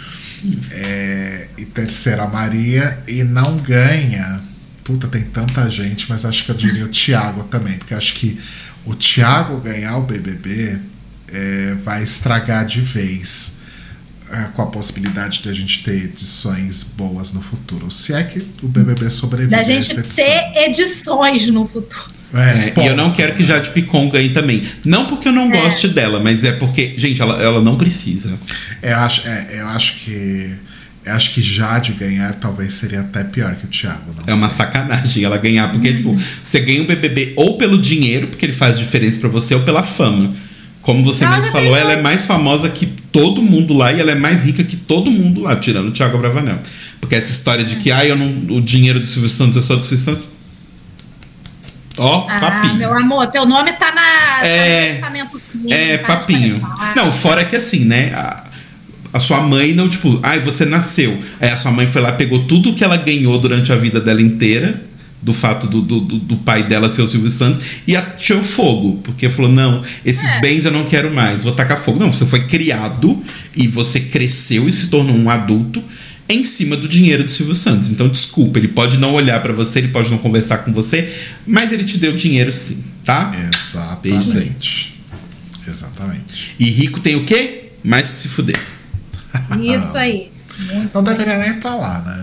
É, e terceira Maria. E não ganha. Puta, tem tanta gente, mas acho que eu diria o Thiago também, porque acho que o Thiago ganhar o B B B é, vai estragar de vez, é, com a possibilidade de a gente ter edições boas no futuro, se é que o B B B sobreviver da gente ter edições no futuro. É, é, e eu não quero que Jade Picon ganhe também. Não porque eu não é. goste dela, mas é porque, gente, ela, ela não precisa. Eu acho, é, eu acho que. Eu acho que Jade ganhar talvez seria até pior que o Thiago. Não é sei. uma sacanagem ela ganhar, porque uhum. tipo, você ganha o B B B ou pelo dinheiro, porque ele faz diferença pra você, ou pela fama. Como você ela mesmo falou, ela é mais famosa que todo mundo lá e ela é mais rica que todo mundo lá, tirando o Thiago Abravanel. Porque essa história de que ah, eu não, o dinheiro do Silvio Santos é só do Silvio Santos. Ó, oh, ah, papinho. Meu amor, teu nome tá na. É, tá no sim, é tá papinho. Não, fora que assim, né? A, a sua mãe não, tipo, ai, ah, você nasceu. Aí a sua mãe foi lá, pegou tudo que ela ganhou durante a vida dela inteira, do fato do, do, do pai dela ser o Silvio Santos, e atirou fogo. Porque falou: não, esses é. bens eu não quero mais, vou tacar fogo. Não, você foi criado e você cresceu e se tornou um adulto em cima do dinheiro do Silvio Santos. Então, desculpa, ele pode não olhar pra você, ele pode não conversar com você, mas ele te deu dinheiro sim, tá? Exatamente. Exatamente. E rico tem o quê? Mais que se fuder. Isso aí. Muito não bem. Deveria nem estar lá, né?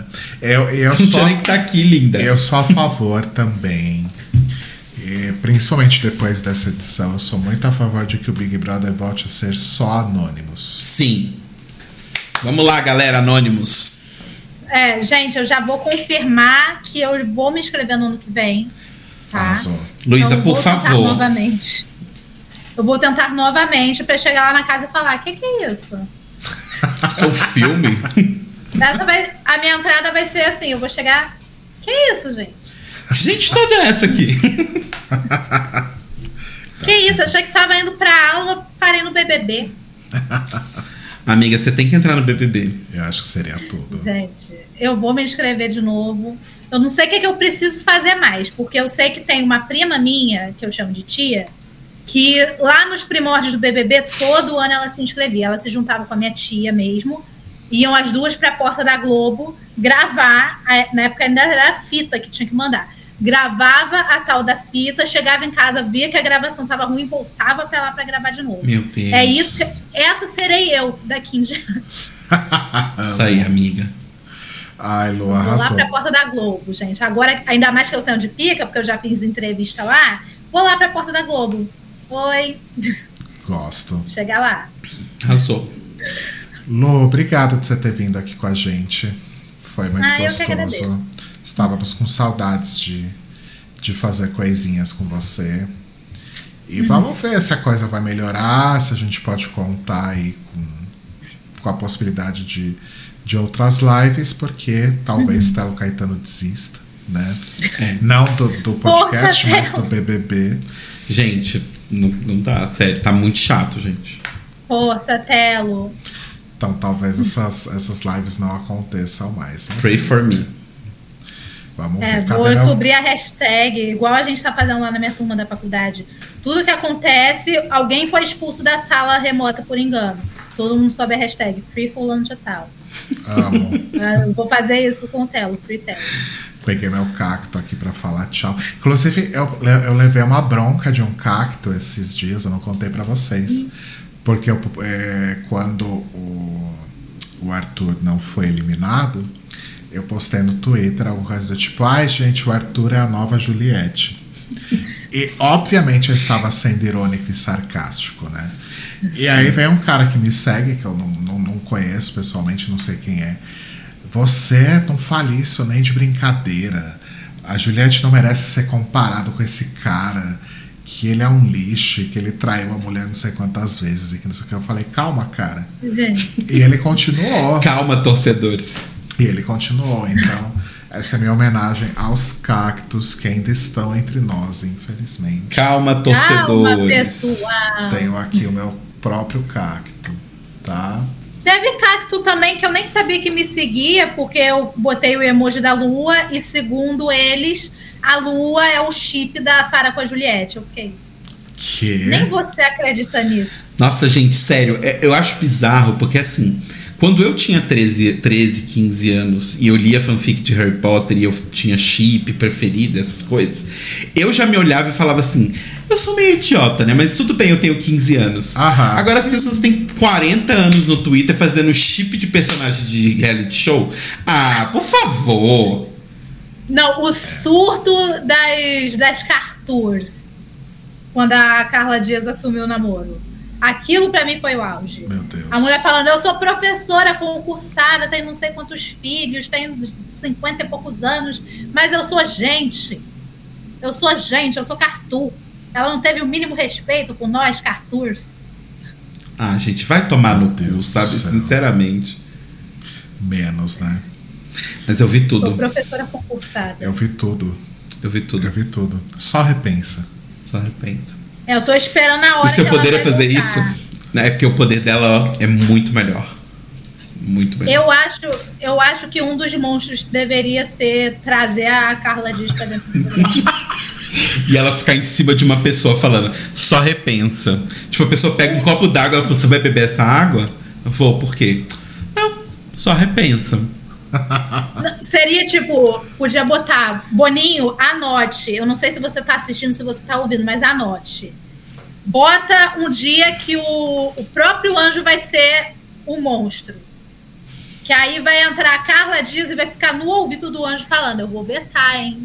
Eu, eu Não sou, tinha nem que tá aqui, linda. eu sou a favor também. E, principalmente depois dessa edição, eu sou muito a favor de que o Big Brother volte a ser só Anonymous. Sim. Vamos lá, galera, Anonymous. É, gente, eu já vou confirmar que eu vou me inscrever no ano que vem. Tá? Arrasou. Luísa, Então, eu por vou tentar favor. novamente. Eu vou tentar novamente pra chegar lá na casa e falar: o que, que é isso? É o filme? Essa vai, a minha entrada vai ser assim: eu vou chegar. Que isso, gente? Gente, toda essa aqui. Que isso? Achei que tava indo pra aula, parei no B B B. Amiga, você tem que entrar no B B B. Eu acho que seria tudo. Gente, eu vou me inscrever de novo. Eu não sei o que, que eu preciso fazer mais, porque eu sei que tem uma prima minha, que eu chamo de tia, que lá nos primórdios do B B B, todo ano ela se inscrevia. Ela se juntava com a minha tia mesmo, iam as duas para a porta da Globo gravar. Na época ainda era a fita que tinha que mandar. Gravava a tal da fita, chegava em casa, via que a gravação estava ruim, voltava para lá para gravar de novo. Meu Deus. É isso, que, essa serei eu daqui em diante. Isso aí, amiga. Ai, Lu, Vou lá arrasou. pra porta da Globo, gente. Agora, ainda mais que eu sei onde fica, porque eu já fiz entrevista lá, vou lá pra porta da Globo. Oi. Gosto. Chegar lá. Arrasou. Lu, obrigado de você ter vindo aqui com a gente. Foi muito Ah, eu que gostoso. agradeço. Estávamos com saudades de, de fazer coisinhas com você. E Uhum. vamos ver se a coisa vai melhorar, se a gente pode contar aí com, com a possibilidade de, de outras lives, porque talvez Uhum. Telo Caetano desista, né? É. Não do, do podcast, Força, mas do B B B. Gente, não, não dá, sério, tá muito chato, gente. Força, Telo. Então talvez essas, essas lives não aconteçam mais. Mas Pray for me. vamos É, ver. vou Cadê meu... subir a hashtag, igual a gente tá fazendo lá na minha turma da faculdade. Tudo que acontece, alguém foi expulso da sala remota por engano. Todo mundo sobe a hashtag Free Fulano de Tal. Amo. Eu vou fazer isso com o Telo, Free Telo. Peguei meu cacto aqui pra falar tchau. Inclusive, eu, eu levei uma bronca de um cacto esses dias, eu não contei pra vocês. Porque eu, é, quando o, o Arthur não foi eliminado, eu postei no Twitter alguma coisa do tipo: ai, gente, o Arthur é a nova Juliette. E, obviamente, eu estava sendo irônico e sarcástico, né? E aí vem um cara que me segue, que eu não, não, não conheço pessoalmente, não sei quem é. Você não fale isso nem de brincadeira. A Juliette não merece ser comparado com esse cara, que ele é um lixo, e que ele traiu a mulher não sei quantas vezes, e que não sei o que. Eu falei: calma, cara. Gente, E ele continuou. Calma, torcedores. E ele continuou. Então, essa é a minha homenagem aos cactos que ainda estão entre nós, infelizmente. Calma, calma, torcedores. pessoal. Tenho aqui o meu próprio cacto, tá? Teve cacto também que eu nem sabia que me seguia, porque eu botei o emoji da lua e, segundo eles, a lua é o chip da Sarah com a Juliette. Eu fiquei, Que? nem você acredita nisso. Nossa, gente, sério, é- eu acho bizarro, porque assim, quando eu tinha treze, treze, quinze anos e eu lia fanfic de Harry Potter e eu tinha chip preferido, essas coisas, eu já me olhava e falava assim: eu sou meio idiota, né? Mas tudo bem, eu tenho quinze anos. Aham. Agora as pessoas têm quarenta anos no Twitter fazendo chip de personagem de reality show. Ah, por favor. Não, o surto das, das Cartours, quando a Carla Dias assumiu o namoro. Aquilo pra mim foi o auge. Meu Deus. A mulher falando: eu sou professora concursada, tenho não sei quantos filhos, tenho cinquenta e poucos anos, mas eu sou gente. Eu sou gente, eu sou Cartour. Ela não teve o mínimo respeito com nós, Cartours. Ah, gente, vai tomar no Meu cu, Deus sabe? do céu. Sinceramente. Menos, né? Mas eu vi Sou tudo. professora concursada. Eu vi tudo. Eu vi tudo. Eu vi tudo. Só repensa. Só repensa. É, eu tô esperando a hora O seu que ela poder é vai fazer voltar. isso? É porque o poder dela ó, é muito melhor. Muito melhor. Eu acho, eu acho que um dos monstros deveria ser trazer a Carla Dias pra dentro do programa. E ela ficar em cima de uma pessoa falando, só repensa. Tipo, a pessoa pega um copo d'água, ela fala: você vai beber essa água? Eu vou, por quê? Não, só repensa. Seria tipo, podia botar: Boninho, anote. Eu não sei se você tá assistindo, se você tá ouvindo, mas anote. Bota um dia que o, o próprio anjo vai ser o monstro. Que aí vai entrar a Carla Dias e vai ficar no ouvido do anjo falando, eu vou vetar, hein?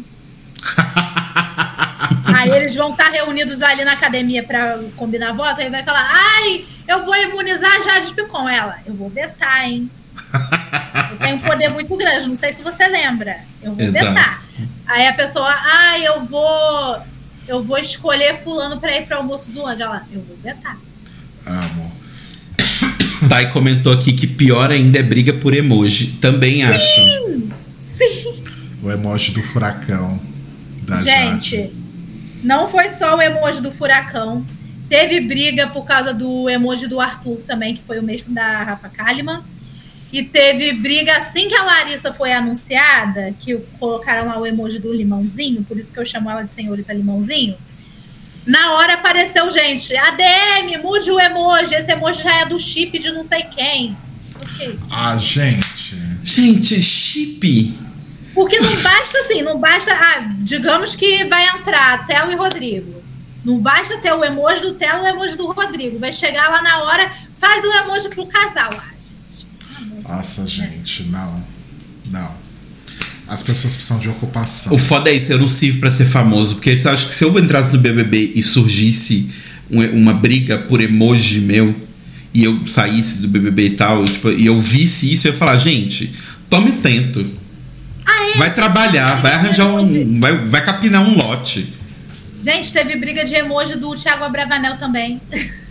Aí eles vão estar reunidos ali na academia para combinar voto, aí vai falar, ai, eu vou imunizar a Jade Picon. Ela, eu vou vetar, hein? Eu tenho um poder muito grande, não sei se você lembra. Eu vou Exato. vetar. Aí a pessoa, ai, eu vou eu vou escolher fulano para ir para o almoço do anjo. Ela, eu vou vetar. Amo. Thay comentou aqui que pior ainda é briga por emoji. Também acho. Sim, sim. O emoji do furacão da Gente, Jade. não foi só o emoji do furacão. Teve briga por causa do emoji do Arthur também, que foi o mesmo da Rafa Kalimann. E teve briga assim que a Larissa foi anunciada, que colocaram lá o emoji do limãozinho, por isso que eu chamo ela de senhorita limãozinho. Na hora apareceu, gente, A D M, mude o emoji, esse emoji já é do chip de não sei quem. Okay. Ah, gente. Gente, chip. Porque não basta assim, não basta. Ah, digamos que vai entrar Telo e Rodrigo. Não basta ter o emoji do Telo e o emoji do Rodrigo. Vai chegar lá na hora, faz o emoji pro casal. Ah, gente. Nossa, gente, não. Não. As pessoas precisam de ocupação. O foda é isso, eu não sirvo pra ser famoso. Porque eu acho que se eu entrasse no B B B e surgisse um, uma briga por emoji meu, e eu saísse do B B B e tal, e, tipo, e eu visse isso, eu ia falar, gente, tome tento. Ah, é, vai gente, trabalhar, vai arranjar um. Vai, vai capinar um lote. Gente, teve briga de emoji do Thiago Abravanel também.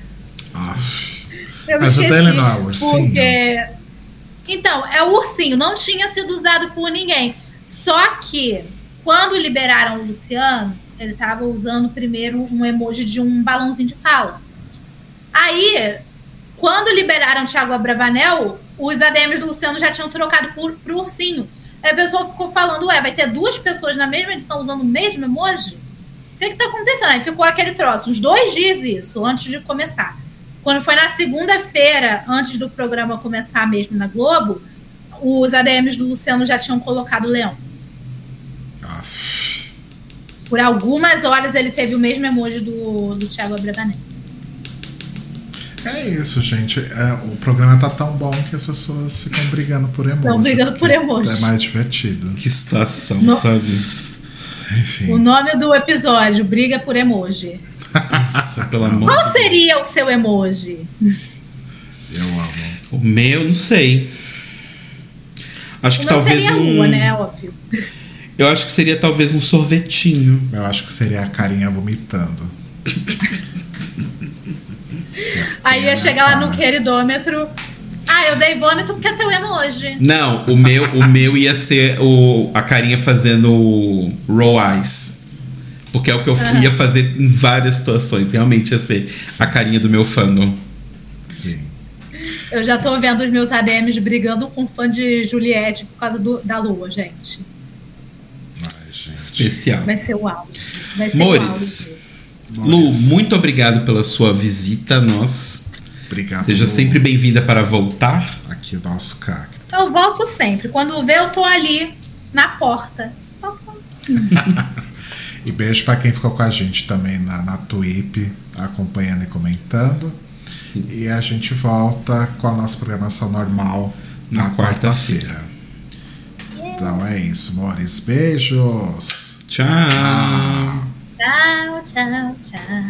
Aff. Eu Mas o esqueci, dele não é o ursinho? Porque... Então, é o ursinho, não tinha sido usado por ninguém. Só que, quando liberaram o Luciano, ele estava usando primeiro um emoji de um balãozinho de fala. Aí, quando liberaram o Thiago Abravanel, os A D Ms do Luciano já tinham trocado por, pro ursinho. Aí a pessoa ficou falando, ué, vai ter duas pessoas na mesma edição usando o mesmo emoji? O que que tá acontecendo? Aí ficou aquele troço, uns dois dias isso, antes de começar. Quando foi na segunda-feira, antes do programa começar mesmo na Globo, os A D Ms do Luciano já tinham colocado o Leão. Aff. Por algumas horas ele teve o mesmo emoji do, do Thiago Abravanel. É isso, gente. É, o programa tá tão bom que as pessoas ficam brigando por emoji. Estão brigando por emoji. É mais divertido. Que situação, No- sabe? Enfim. O nome do episódio, Briga por Emoji. Nossa, pelo amor Qual de Deus. seria o seu emoji? Eu amo. O meu, não sei. Acho O que meu talvez seria a um. lua, né? Óbvio. Eu acho que seria talvez um sorvetinho. Eu acho que seria a carinha vomitando. Aí ia chegar lá no queridômetro. Ah, eu dei vômito porque é teu emoji. Não, o meu, o meu ia ser o, a carinha fazendo o roll eyes. Porque é o que eu Aham. ia fazer em várias situações. Realmente ia ser a carinha do meu fandom. Sim. Eu já tô vendo os meus A D Ms brigando com fã de Juliette por causa do- da lua, gente. Ai, gente. Especial. Vai ser o auge. Vai ser Mores. o Lu, Mores. muito obrigado pela sua visita a nós. Obrigado. Seja Lu. sempre bem-vinda para voltar. Aqui o nosso cacto. auge. Eu volto sempre. Quando vê, eu tô ali, na porta. Tô falando. E beijo pra quem ficou com a gente também na, na Twip, acompanhando e comentando. Sim. E a gente volta com a nossa programação normal na, Na quarta-feira. quarta-feira. Então é isso, amores. Beijos. Tchau. Tchau. Tchau, tchau, tchau.